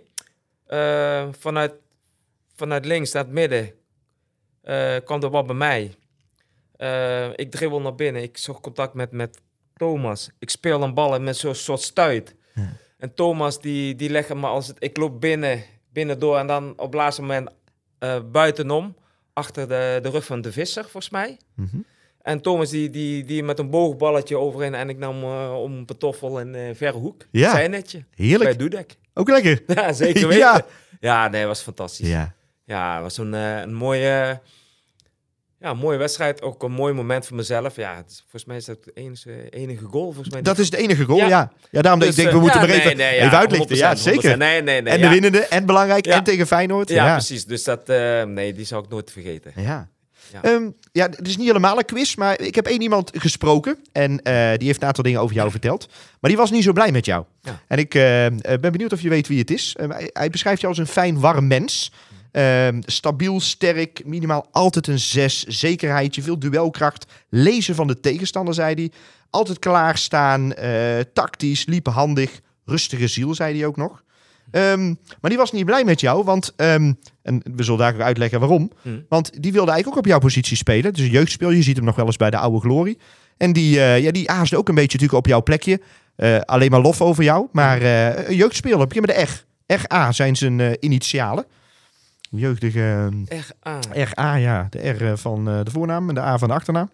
vanuit links naar het midden kwam de bal bij mij. Ik dribbel naar binnen. Ik zocht contact met Thomas. Ik speel een bal met zo'n soort stuit. Ja. En Thomas die legt hem maar als het... Ik loop binnen door en dan op het laatste moment buitenom. Achter de rug van de Visser, volgens mij. Mhm. En Thomas die met een boogballetje overheen en ik nam om een patoffel in verre hoek. Ja. Zei netje. Heerlijk. Bij Dudek. Ook lekker. Ja, zeker weten. Ja. Ja, nee, was fantastisch. Ja. Ja, het was een mooie wedstrijd. Ook een mooi moment voor mezelf. Ja, volgens mij is dat de enige goal. Volgens mij. Dat is het enige goal, ja. Ja. Ja, daarom Dus, ik denk, we moeten maar even uitlichten. 100%, Ja, zeker. 100%. Nee. En de ja. winnende, en belangrijk, Ja. en tegen Feyenoord. Ja, Ja, precies. Dus dat, die zou ik nooit vergeten. Ja. Ja. Het is niet helemaal een quiz, maar ik heb één iemand gesproken. En die heeft een aantal dingen over jou verteld. Maar die was niet zo blij met jou. Ja. En ik ben benieuwd of je weet wie het is. Hij beschrijft je als een fijn, warm mens. Stabiel, sterk, minimaal altijd een 6. Zekerheidje, veel duelkracht. Lezen van de tegenstander, zei hij. Altijd klaarstaan, tactisch, liephandig. Rustige ziel, zei hij ook nog. Maar die was niet blij met jou, want... en we zullen daar ook uitleggen waarom. Want die wilde eigenlijk ook op jouw positie spelen. Dus een jeugdspeler, je ziet hem nog wel eens bij de oude glorie. En die aasde ook een beetje natuurlijk op jouw plekje. Alleen maar lof over jou. Maar een jeugdspeler, begin met de R. RA zijn zijn initialen. Jeugdige... Echt aan. RA, ja. De R van de voornaam en de A van de achternaam.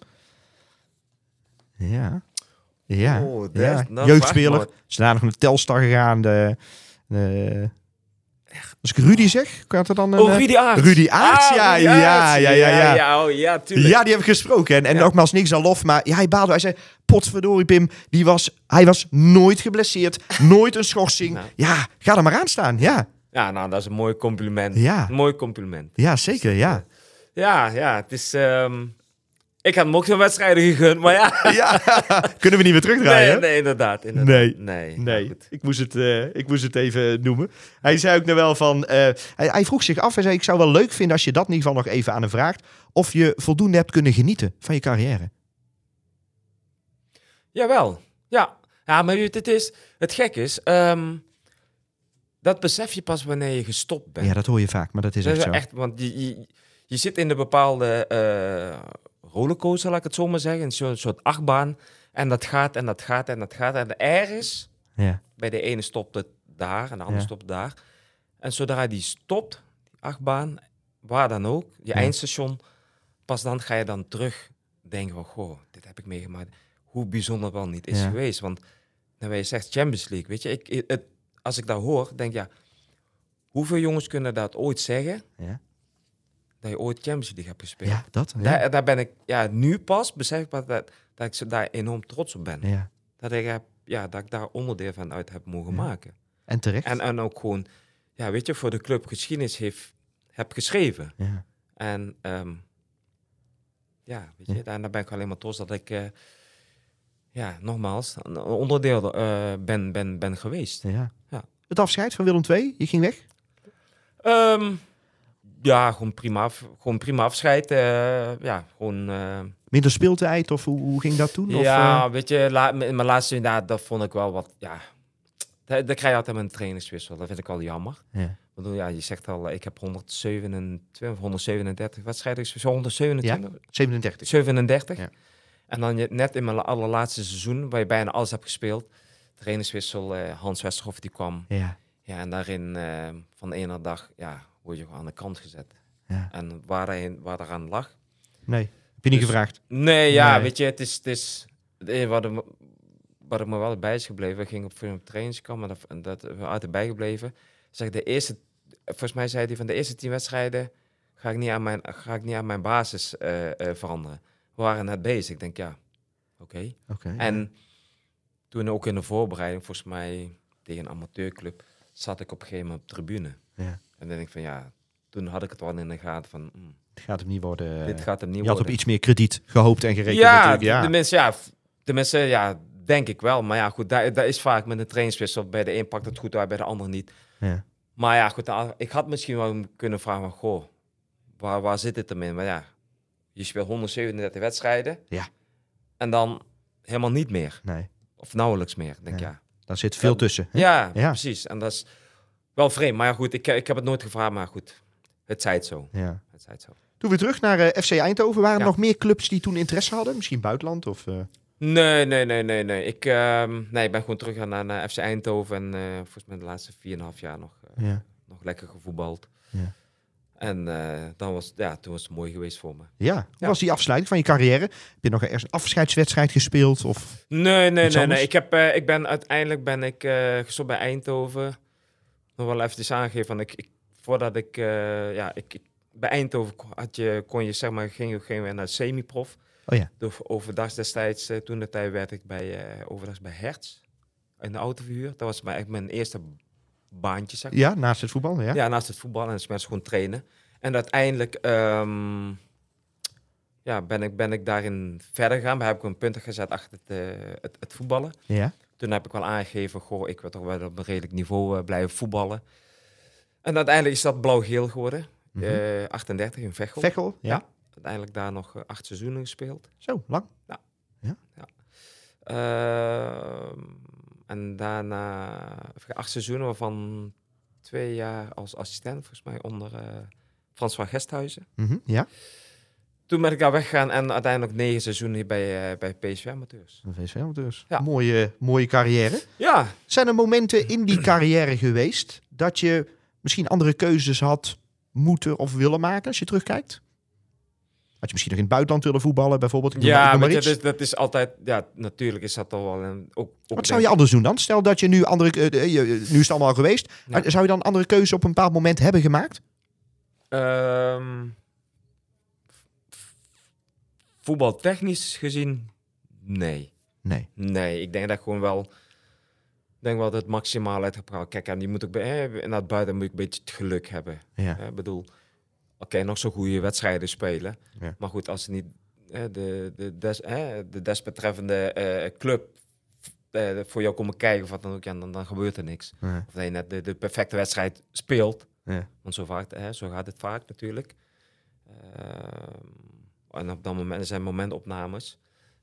Ja. Ja. Oh, dat ja. is- nou, Jeugdspeler. vraag Is daarna nog naar de Telstar gegaan. Als ik Rudy zeg, kan het dan... Rudy Aerts. Rudy Aerts, ja. Rudy Aerts. Ja, tuurlijk. Ja, die heb ik gesproken. En Ja. nogmaals, niks aan lof. Maar ja, hij baalde. Hij zei, potverdorie Pim, hij was nooit geblesseerd. Nooit een schorsing. Nou. Ja, ga er maar aan staan. Ja, Ja, nou, dat is een mooi compliment. Ja. Een mooi compliment. ja zeker, ja. Ja, het is... ik had hem ook zo'n wedstrijden gegund, maar ja. Ja, kunnen we niet meer terugdraaien? Nee, inderdaad. Nee. Nee. Nee, goed. ik moest het even noemen. Hij zei ook nog wel van... hij vroeg zich af, hij zei, ik zou wel leuk vinden als je dat in ieder geval nog even aan hem vraagt. Of je voldoende hebt kunnen genieten van je carrière. Jawel. Ja, maar het gek is... dat besef je pas wanneer je gestopt bent. Ja, dat hoor je vaak, maar dat is Dat echt is zo. echt, want je zit in een bepaalde rollercoaster, laat ik het zo maar zeggen. Een soort achtbaan. En dat gaat en dat gaat en dat gaat. En ergens, Ja. bij de ene stopt het daar en de andere Ja. stopt daar. En zodra die stopt, die achtbaan, waar dan ook, je eindstation, pas dan ga je dan terug denken van, goh, dit heb ik meegemaakt. Hoe bijzonder wel niet is Ja. geweest. Want dan je zegt Champions League, weet je. Als ik dat hoor, denk ja, hoeveel jongens kunnen dat ooit zeggen? Ja. Dat je ooit Champions League hebt gespeeld. Ja, dat. Ja. Daar ben ik, nu pas besef ik pas dat ik ze daar enorm trots op ben. Ja. Dat ik daar onderdeel van uit heb mogen maken. En terecht. En ook gewoon, ja, weet je, voor de club geschiedenis heb geschreven. Ja. En weet je, daar ben ik alleen maar trots dat ik, nogmaals, een onderdeel ben geweest. Ja. Ja. Het afscheid van Willem II, je ging weg? Ja, gewoon prima afscheid. Minder speeltijd of hoe ging dat toen? Ja, Of, weet je, in mijn laatste jaar, dat vond ik wel wat, ja. Dat krijg je altijd met een trainerswissel. Dat vind ik al jammer. Ja. Ik bedoel, ja, je zegt al, ik heb 137 wedstrijden. 127? Ja, 37. 37. Ja. En dan net in mijn allerlaatste seizoen, waar je bijna alles hebt gespeeld. Trainerswissel, Hans Westerhof, die kwam. Ja. Ja, en daarin van de ene dag, ja, word je gewoon aan de kant gezet. Ja. En waar eraan lag. Nee, heb je niet gevraagd? Nee, ja, Nee. weet je, het is wat ik me wel bij is gebleven. We gingen op een trainingskamp en dat we uit erbij gebleven. Zeg, volgens mij zei hij van de eerste 10 wedstrijden ga ik niet aan mijn basis veranderen. We waren net bezig. Ik denk, ja, oké. En toen ook in de voorbereiding, volgens mij tegen een amateurclub, zat ik op een gegeven moment op de tribune. Ja. En dan denk ik van, ja, toen had ik het wel in de gaten van, Het gaat hem niet worden. dit gaat hem niet Je had worden. op iets meer krediet gehoopt en gerekend Ja, natuurlijk. Ja. tenminste, ja, denk ik wel. Maar ja, goed, dat is vaak met een trainingswissel. Bij de een pakt het goed uit, bij de ander niet. Ja. Maar ja, goed, ik had misschien wel kunnen vragen van, goh, waar zit het hem in? Maar ja, je speelt 137 wedstrijden. Ja. En dan helemaal niet meer. Nee, Of nauwelijks meer, denk ik, Ja. ja. daar zit veel tussen. Hè? Ja, Ja. precies. En dat is wel vreemd. Maar ja, goed, ik heb het nooit gevraagd, maar goed, het zei het zo. Ja. Het zei het zo. Toen weer terug naar FC Eindhoven. Waren er Ja. nog meer clubs die toen interesse hadden? Misschien buitenland? Of, Nee. Ik ben gewoon terug naar FC Eindhoven. En volgens mij de laatste 4,5 jaar nog lekker gevoetbald. Ja. En toen was het mooi geweest voor me. Ja, hoe was die afsluiting van je carrière? Heb je nog ergens een afscheidswedstrijd gespeeld? Of... Nee. Iets anders? Uiteindelijk ben ik gestopt bij Eindhoven. Nog wel even aangegeven. Bij Eindhoven kon je zeg maar, ging je naar semi-prof. Oh ja. Overdags destijds, toen de tijd werd ik overdags bij Hertz in de autoverhuur. Dat was mijn eerste baantje, zeg maar. Ja, naast het voetbal. Ja. Ja, naast het voetbal en dus gewoon trainen. En uiteindelijk ben ik daarin verder gegaan. Maar heb ik een punten gezet achter het voetballen. Ja. Toen heb ik wel aangegeven, goh, ik wil toch wel op een redelijk niveau blijven voetballen. En uiteindelijk is dat blauw-geel geworden. 38 in Veghel. Veghel, ja. Uiteindelijk daar nog 8 seizoenen gespeeld. Zo, lang. En daarna 8 seizoenen, waarvan 2 jaar als assistent, volgens mij, onder Frans van Gesthuizen. Ja. Toen ben ik daar weggegaan en uiteindelijk 9 seizoenen hier bij PSV Amateurs. VSV Amateurs. Ja. Mooie carrière. Ja. Zijn er momenten in die carrière geweest dat je misschien andere keuzes had moeten of willen maken als je terugkijkt? Had je misschien nog in het buitenland willen voetballen bijvoorbeeld? Ik noem maar weet je, iets. dat is altijd... Ja, natuurlijk is dat toch wel... Ook Wat zou je anders doen dan? Stel dat je nu nu is het allemaal al geweest. Ja. Zou je dan andere keuzes op een bepaald moment hebben gemaakt? Voetbaltechnisch gezien, nee. Nee. Nee, ik denk dat ik gewoon wel... dat het maximaal uit heb gehaald. Kijk, en je moet ook in dat buiten moet ik een beetje het geluk hebben. Ja. Ik bedoel, oké, nog zo goede wedstrijden spelen. Ja. Maar goed, als niet de desbetreffende club voor jou komen kijken of wat dan ook, ja, dan gebeurt er niks. Ja. Of dat je net de perfecte wedstrijd speelt. Ja. Want zo gaat het vaak natuurlijk. En op dat moment zijn momentopnames.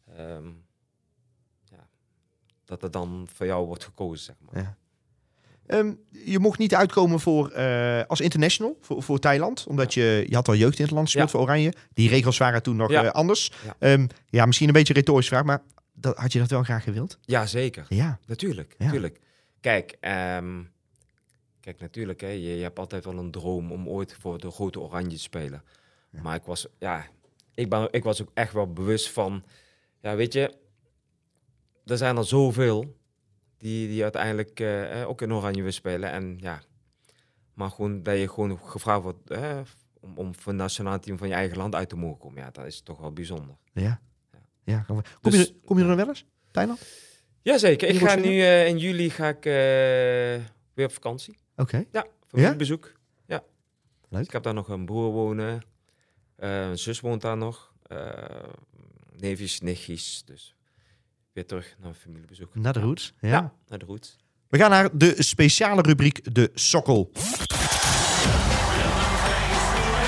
Dat er dan voor jou wordt gekozen, zeg maar. Ja. Je mocht niet uitkomen als international voor Thailand. Omdat je had al jeugd in het land gespeeld voor Oranje. Die regels waren toen nog anders. Ja. Misschien een beetje een retorische vraag, maar had je dat wel graag gewild? Ja, zeker. Ja. Natuurlijk. Ja. Natuurlijk. Kijk, natuurlijk, je hebt altijd wel een droom om ooit voor de grote Oranje te spelen. Ja. Maar ik was ook echt wel bewust van... Ja, weet je, er zijn er zoveel die uiteindelijk ook in Oranje willen spelen. En ja, maar gewoon dat je gewoon gevraagd wordt om voor het nationaal team van je eigen land uit te mogen komen. Ja, dat is toch wel bijzonder. Ja. Kom je er nog wel eens, Thailand? Jazeker. Ik ga nu in juli weer op vakantie. Oké. Ja, familiebezoek. Ja. Leuk. Dus ik heb daar nog een broer wonen. Een zus woont daar nog. Neefjes, nichtjes. Dus weer terug naar een familiebezoek. Naar de roots. Ja. Ja, naar de roots. We gaan naar de speciale rubriek De Sokkel.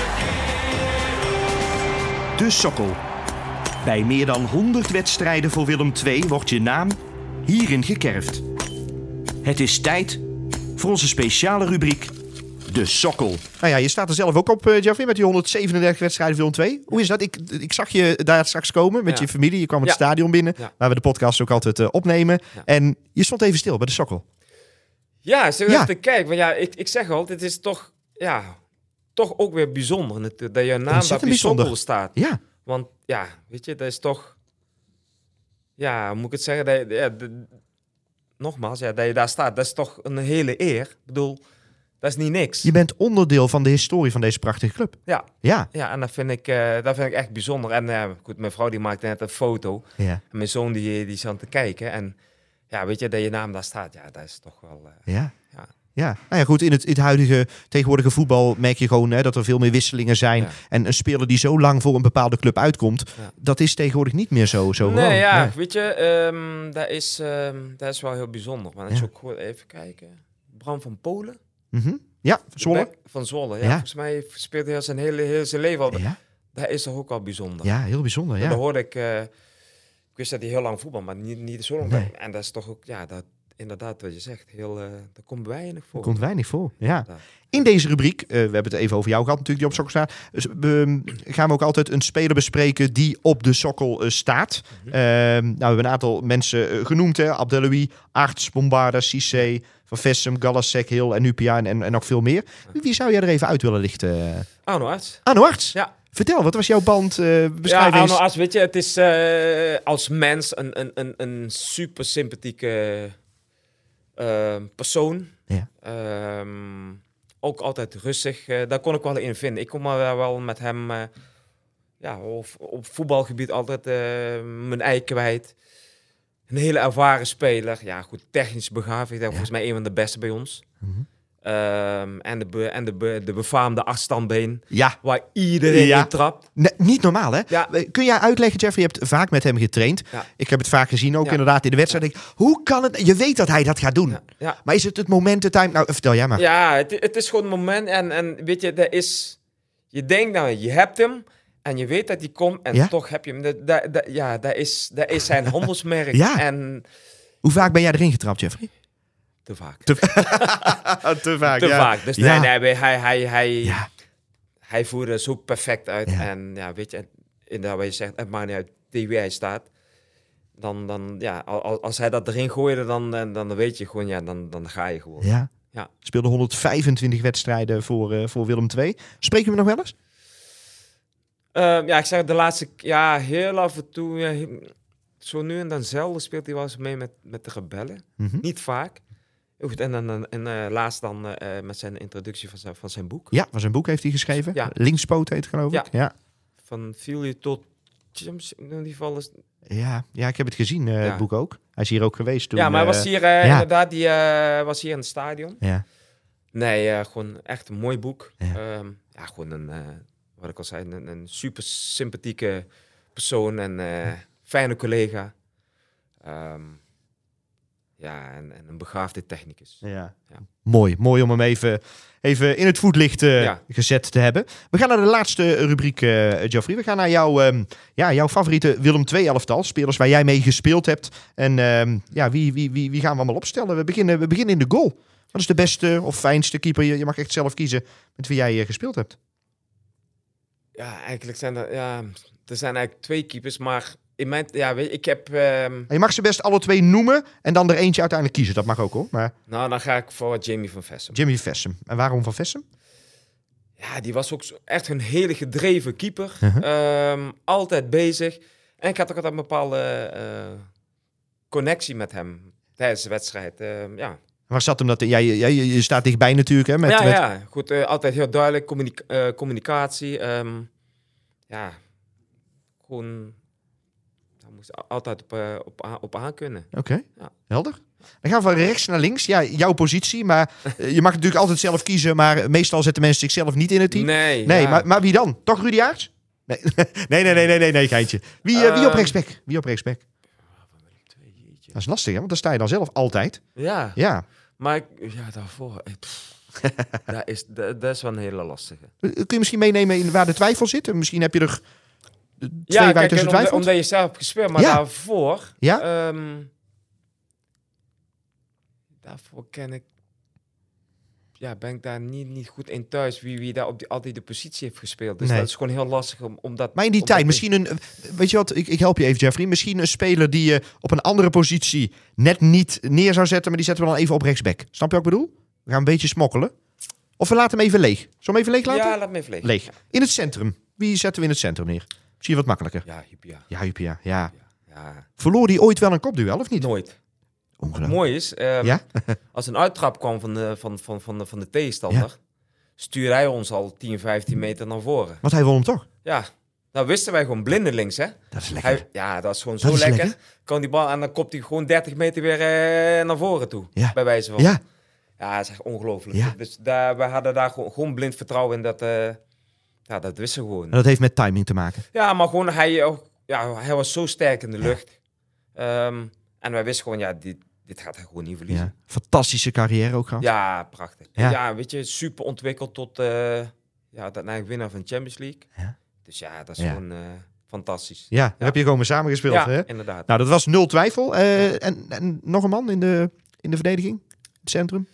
De Sokkel. Bij meer dan 100 wedstrijden voor Willem II wordt je naam hierin gekerfd. Het is tijd voor onze speciale rubriek De Sokkel. Nou ja, je staat er zelf ook op, Geoffrey, met die 137 wedstrijden Willem II. Hoe is dat? Ik zag je daar straks komen met je familie. Je kwam het stadion binnen, waar we de podcast ook altijd opnemen. Ja. En je stond even stil bij De Sokkel. Ja, zo te kijken. Want ik zeg al, het is toch ook weer bijzonder dat je naam daar op die Sokkel staat. Ja. Want ja, weet je, dat is toch... Ja, hoe moet ik het zeggen? Nogmaals, dat je daar staat, dat is toch een hele eer. Ik bedoel, dat is niet niks. Je bent onderdeel van de historie van deze prachtige club. Ja, en dat vind ik echt bijzonder. En goed, mijn vrouw die maakte net een foto. Ja. En mijn zoon die is aan te kijken. En ja, weet je, dat je naam daar staat, ja, dat is toch wel... Ja, nou ja, goed, in het huidige tegenwoordige voetbal merk je gewoon dat er veel meer wisselingen zijn. Ja. En een speler die zo lang voor een bepaalde club uitkomt, dat is tegenwoordig niet meer zo gewoon. Nee, weet je, dat is wel heel bijzonder. Maar dat is ook goed, even kijken. Bram van Polen. Mm-hmm. Ja, Zwolle. Van Zwolle, ja. Volgens mij speelt hij zijn heel zijn leven al. Ja. Dat is toch ook wel bijzonder. Ja, heel bijzonder, ja. Dat hoorde ik wist dat hij heel lang voetbal, maar niet zo lang. Nee. En dat is toch ook, dat... Inderdaad, wat je zegt, er komt weinig voor. Er komt weinig voor, ja. In deze rubriek, we hebben het even over jou gehad natuurlijk, die op Sokkel staat. Dus, gaan we ook altijd een speler bespreken die op de Sokkel staat. Mm-hmm. We hebben een aantal mensen genoemd, hè. Abdeloui, Arts, Bombarda, Cissé, Van Vessem, Galasek, Hill en Upia en nog veel meer. Wie zou jij er even uit willen lichten? Arno Arts. Arno Arts? Ja. Vertel, wat was jouw band? Beschrijf Arno Arts, weet je, het is als mens een super sympathieke... persoon. Ja. Ook altijd rustig. Daar kon ik wel in vinden. Ik kon maar wel met hem op voetbalgebied altijd mijn ei kwijt. Een hele ervaren speler. Ja, goed, technisch begaafd. Ik denk volgens mij een van de beste bij ons. Mm-hmm. En de befaamde afstandbeen. Ja. Waar iedereen in trapt. Nee, niet normaal, hè? Ja. Kun jij uitleggen, Geoffrey, je hebt vaak met hem getraind. Ja. Ik heb het vaak gezien, ook inderdaad in de wedstrijd. Ja. Hoe kan het? Je weet dat hij dat gaat doen. Ja. Ja. Maar is het moment, de time? Nou, vertel jij maar. Ja, het is gewoon een moment. En weet je, je denkt, nou, je hebt hem. En je weet dat hij komt. En toch heb je hem. Dat is zijn handelsmerk. Ja. En... Hoe vaak ben jij erin getrapt, Geoffrey? Te vaak. Te vaak. Dus hij voerde zo perfect uit. Ja. En ja, weet je, inderdaad wat je zegt, het maakt niet uit tegen wie hij staat. Dan als hij dat erin gooide, dan weet je gewoon, dan ga je gewoon. Ja. Speelde 125 wedstrijden voor Willem II. Spreken we nog wel eens? Ik zeg de laatste, heel af en toe, zo nu en dan zelden speelt hij wel eens mee met de rebellen. Mm-hmm. Niet vaak. Goed, en laatst dan met zijn introductie van zijn boek. Ja, van zijn boek heeft hij geschreven. Ja. Linkspoot heet het, geloof ik. Ja. Van Filie tot James, in ieder geval is... Ja, ik heb het gezien, het boek ook. Hij is hier ook geweest toen. Ja, maar hij was hier inderdaad, die was hier in het stadion. Ja. Nee, gewoon echt een mooi boek. Ja, gewoon een, wat ik al zei, een super sympathieke persoon en fijne collega. En een begaafde technicus. Ja. Mooi om hem even in het voetlicht gezet te hebben. We gaan naar de laatste rubriek, Geoffrey. We gaan naar jouw favoriete Willem II-elftal. Spelers waar jij mee gespeeld hebt. En wie gaan we allemaal opstellen? We beginnen in de goal. Wat is de beste of fijnste keeper? Je mag echt zelf kiezen met wie jij gespeeld hebt. Ja, eigenlijk zijn er zijn eigenlijk 2 keepers, maar... ik heb... Je mag ze best alle 2 noemen en dan er eentje uiteindelijk kiezen. Dat mag ook hoor. Maar... Nou, dan ga ik voor Jamie van Vessem. Jamie van Vessem. En waarom van Vessem? Ja, die was ook echt een hele gedreven keeper. Uh-huh. Altijd bezig. En ik had ook altijd een bepaalde connectie met hem tijdens de wedstrijd. Waar zat hem dat? Je staat dichtbij natuurlijk. Hè, goed. Altijd heel duidelijk. Communicatie. Gewoon... moest altijd op aan kunnen. Oké, helder. Dan gaan we van rechts naar links. Ja, jouw positie, maar je mag natuurlijk altijd zelf kiezen, maar meestal zetten mensen zichzelf niet in het team. Nee, maar wie dan? Toch Rudy Aerts? Nee, geintje. Wie op rechtsback? Dat is lastig, hè? Want dan sta je dan zelf altijd. Ja. Maar daarvoor... dat is wel een hele lastige. Kun je misschien meenemen in waar de twijfel zit? Misschien heb je er Twee wij kijk, tussen twijfelt? omdat je zelf hebt gespeeld, maar Ja. daarvoor... Ja? Daarvoor ben ik daar niet goed in thuis wie daar altijd de positie heeft gespeeld. Dus Nee. dat is gewoon heel lastig om dat... Maar in die om tijd, dat- misschien weet je wat, ik help je even, Jeffrey. Misschien een speler die je op een andere positie net niet neer zou zetten, maar die zetten we dan even op rechtsback. Snap je wat ik bedoel? We gaan een beetje smokkelen. Of we laten hem even leeg. Zullen we hem even leeg laten? Ja, laat me even leeg. Leeg. In het centrum. Wie zetten we in het centrum neer? Misschien wat makkelijker. Ja, Hypia. Ja, Hypia. Ja. Ja, Verloor die ooit wel een kopduel, of niet? nooit. Ongelooflijk. Mooi is, Ja? als een uittrap kwam van de tegenstander, stuurde hij ons al 10, 15 meter naar voren. Want hij won hem toch? Ja, nou wisten wij gewoon blindelings, hè. Dat is lekker. Dat is gewoon Dat zo is lekker. lekker. Kan die bal en dan kopt hij gewoon 30 meter weer naar voren toe. Ja. Bij wijze van. Ja. Ja, dat is echt ongelooflijk. Ja. Dus we hadden daar gewoon blind vertrouwen in dat... dat wisten we gewoon. En dat heeft met timing te maken. Ja, maar gewoon hij was zo sterk in de lucht. En wij wisten gewoon, dit gaat hij gewoon niet verliezen. Ja. Fantastische carrière ook gehad. Ja, prachtig. Ja. Ja, weet je, super ontwikkeld tot uiteindelijk winnaar van de Champions League. Ja. Dus ja, dat is Ja. gewoon fantastisch. Ja, daar heb je gewoon mee samengespeeld. Ja, Hè? inderdaad. Nou, dat was 0 twijfel. En nog een man in de verdediging? Het centrum?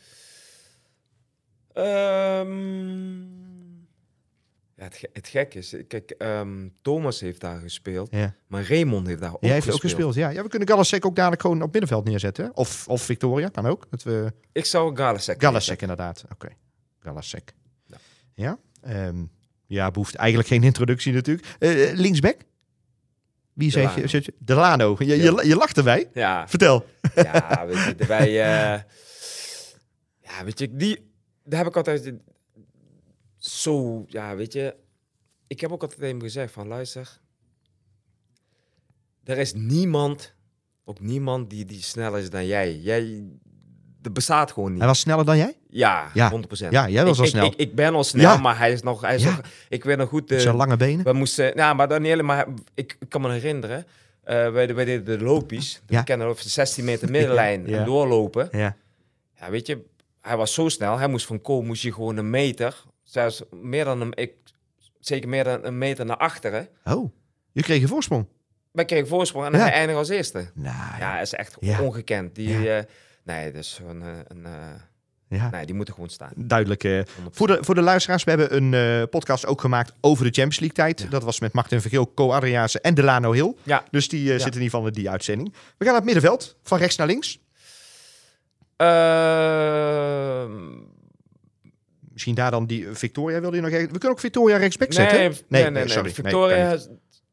Het gek is, kijk, Thomas heeft daar gespeeld, Ja. maar Raymond heeft daar ook Jij heeft gespeeld. ook gespeeld. Ja, we kunnen Galasek ook dadelijk gewoon op middenveld neerzetten. Hè? Of Victoria, kan ook. Dat we... Ik zou Galasek Galasek inderdaad. Oké. Galasek. Ja. Ja? Ja, behoeft eigenlijk geen introductie natuurlijk. Linksback? Wie zeg je? Delano. Delano. Je lacht erbij. Ja, Vertel. ja, weet je, wij... weet je, daar heb ik altijd... Zo, ja, weet je... Ik heb ook altijd tegen hem gezegd van, luister... Er is niemand, ook niemand die sneller is dan jij. Er bestaat gewoon niet. Hij was sneller dan jij? Ja, Ja. 100%. Ja, jij was al snel. Ik ben al snel, Ja. maar hij is nog... Ik weet nog goed... Met zijn lange benen. We moesten... Nou, maar dan niet helemaal... Maar ik kan me herinneren... wij deden de loopjes. Ja. We kennen over de 16 meter middenlijn Ja. en doorlopen. Ja. Ja, weet je... Hij was zo snel. Hij moest van Kool moest je gewoon een meter... Zelfs zeker meer dan een meter naar achteren. Oh, je kreeg een voorsprong. Wij kregen voorsprong en Ja. hij eindigde als eerste. Nou, Ja, dat is echt Ja. ongekend. Nee, dat is gewoon ja. nee, die moeten gewoon staan. Duidelijk. 100%. Voor de luisteraars, we hebben een podcast ook gemaakt over de Champions League tijd. Ja. Dat was met Martin Vergeel, Co Adriaanse en Delano Hill. Ja. Dus die zitten in ieder geval in die uitzending. We gaan naar het middenveld, van rechts naar links. Misschien daar dan die Victoria wilde je nog even... We kunnen ook Victoria rechtsback zetten. Nee. Sorry. Victoria, Nee,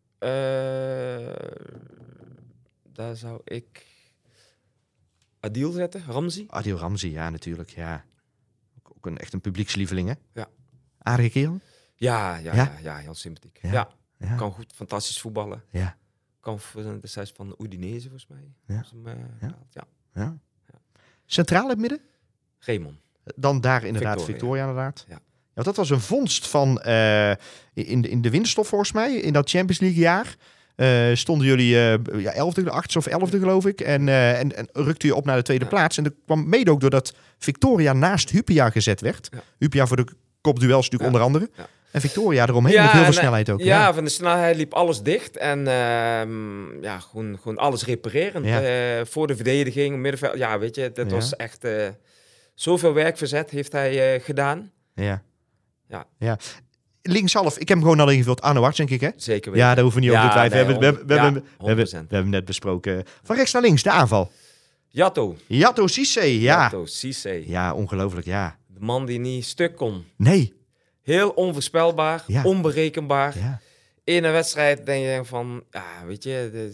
daar zou ik Adil zetten, Ramzi. Adil Ramzi, ja natuurlijk. Ja. Ook echt een publiekslieveling, hè? Ja. Aardige kerel. Ja, heel sympathiek. Ja. Ja. Ja. Kan goed, fantastisch voetballen. Ja. Kan destijds van Udinese volgens mij. Ja. Als hem, Ja. Ja. Centraal in het midden? Raymond. Dan daar inderdaad Victoria inderdaad. Ja, want dat was een vondst van in de winterstop volgens mij. In dat Champions League jaar stonden jullie 11e, 8e of 11e geloof ik. En rukte je op naar de tweede plaats. En dat kwam mede ook doordat Victoria naast Hypia gezet werd. Ja. Hypia voor de kopduels natuurlijk onder andere. Ja. En Victoria eromheen met heel veel snelheid ook. Ja, van de snelheid liep alles dicht. En gewoon alles reparerend. Ja. Voor de verdediging, middenveld. Ja, weet je, dat Ja. was echt... zoveel werk verzet heeft hij gedaan. Ja. Linkshalf, ik heb hem gewoon al ingevuld. Arno Arts, denk ik, hè? Zeker weten. Ja, daar hoeven we niet over te twijfelen. We hebben 100%. hem net besproken. Van rechts naar links, de aanval. Yato Cissé, ja. Yato Cissé. Ja, ongelooflijk, ja. De man die niet stuk kon. Nee. Heel onvoorspelbaar, Ja. onberekenbaar. Ja. In een wedstrijd denk je van... Ja, weet je...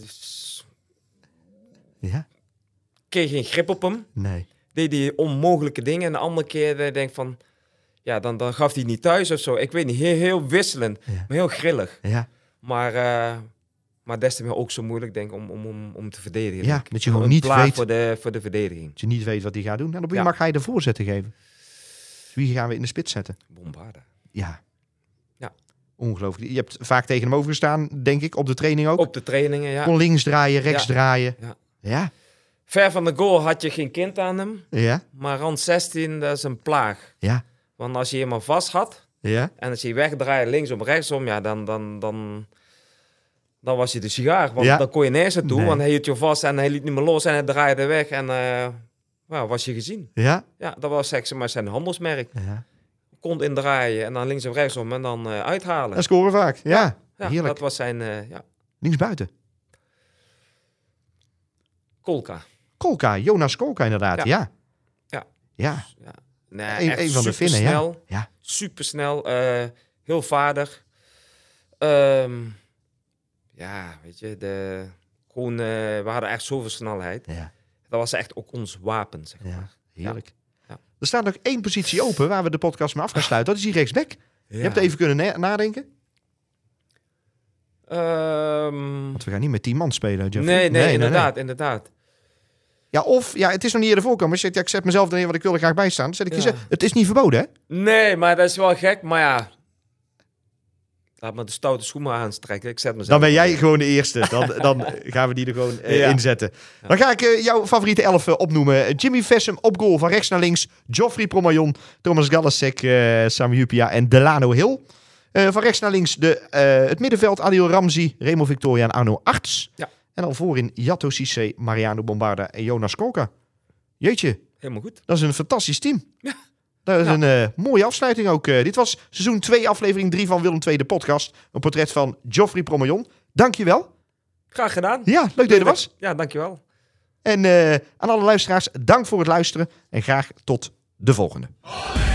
Ja. Kreeg geen grip op hem. Nee. Deed hij onmogelijke dingen. En de andere keer denk van... Ja, dan gaf hij niet thuis of zo. Ik weet niet, heel wisselend. Ja. Maar heel grillig. Ja. Maar des te meer ook zo moeilijk, denk ik, om te verdedigen. Ja, denk ik. dat je gewoon Een niet plaag weet... voor de verdediging. Dat je niet weet wat hij gaat doen. En op wie Ja. mag hij de voorzetten geven? Wie gaan we in de spits zetten? Bombarden. Ja. Ja. Ongelooflijk. Je hebt vaak tegen hem overgestaan, denk ik, op de training ook. Op de trainingen, ja. Kon links draaien, rechts Ja. draaien. Ja. Ja. Ver van de goal had je geen kind aan hem. Ja. Maar rand 16, dat is een plaag. Ja. Want als je hem al vast had... Ja. En als je wegdraait linksom, rechtsom... Ja, dan dan was je de sigaar. Want Ja. dan kon je nergens naartoe, Nee. want hij hield je vast en hij liet niet meer los en hij draaide weg. En was je gezien. Ja? Ja, dat was zeg maar zijn handelsmerk. Ja. Kont indraaien en dan links of rechtsom en dan uithalen. En scoren vaak. Ja, Ja, heerlijk. dat was zijn Linksbuiten. Kolka. Kolka, Jonas Kolka inderdaad. Ja. Ja. Ja. Ja. Nee, echt Een van de Finnen, supersnel. Ja. Supersnel, heel vaardig. Ja, weet je, we hadden echt zoveel snelheid. Ja. Dat was echt ook ons wapen, zeg maar. Ja. Heerlijk. Ja. Er staat nog 1 positie open waar we de podcast mee af gaan sluiten. Dat is die rechtsback. Je hebt even kunnen nadenken. Want we gaan niet met 10 man spelen, Jeffrey. Nee, inderdaad. Ja, of, het is nog niet eerder voorkomen. Als je zegt, ik zet mezelf erin, want ik wil er graag bij staan. Dan zet ik Ja. je het is niet verboden, hè? Nee, maar dat is wel gek. Maar ja, laat me de stoute schoen maar aanstrekken. Ik zet mezelf. Dan ben jij gewoon de eerste. Dan gaan we die er gewoon Ja. inzetten. Dan ga ik jouw favoriete 11 opnoemen. Jimmy Vessem op goal van rechts naar links. Geoffrey Promaillon, Thomas Galasek, Sami Hupia en Delano Hill. Van rechts naar links het middenveld. Adil Ramzi, Remo Victoria en Arno Arts. Ja. En al voorin Jato Cissé, Mariano Bombarda en Jonas Kolka. Jeetje, Helemaal goed. dat is een fantastisch team. Ja. Dat is Ja. een mooie afsluiting ook. Dit was seizoen 2, aflevering 3 van Willem II, de podcast. Een portret van Geoffrey Promaillon. Dankjewel. Graag gedaan. Ja, leuk dat je er was. Ja, dankjewel. En aan alle luisteraars, dank voor het luisteren. En graag tot de volgende.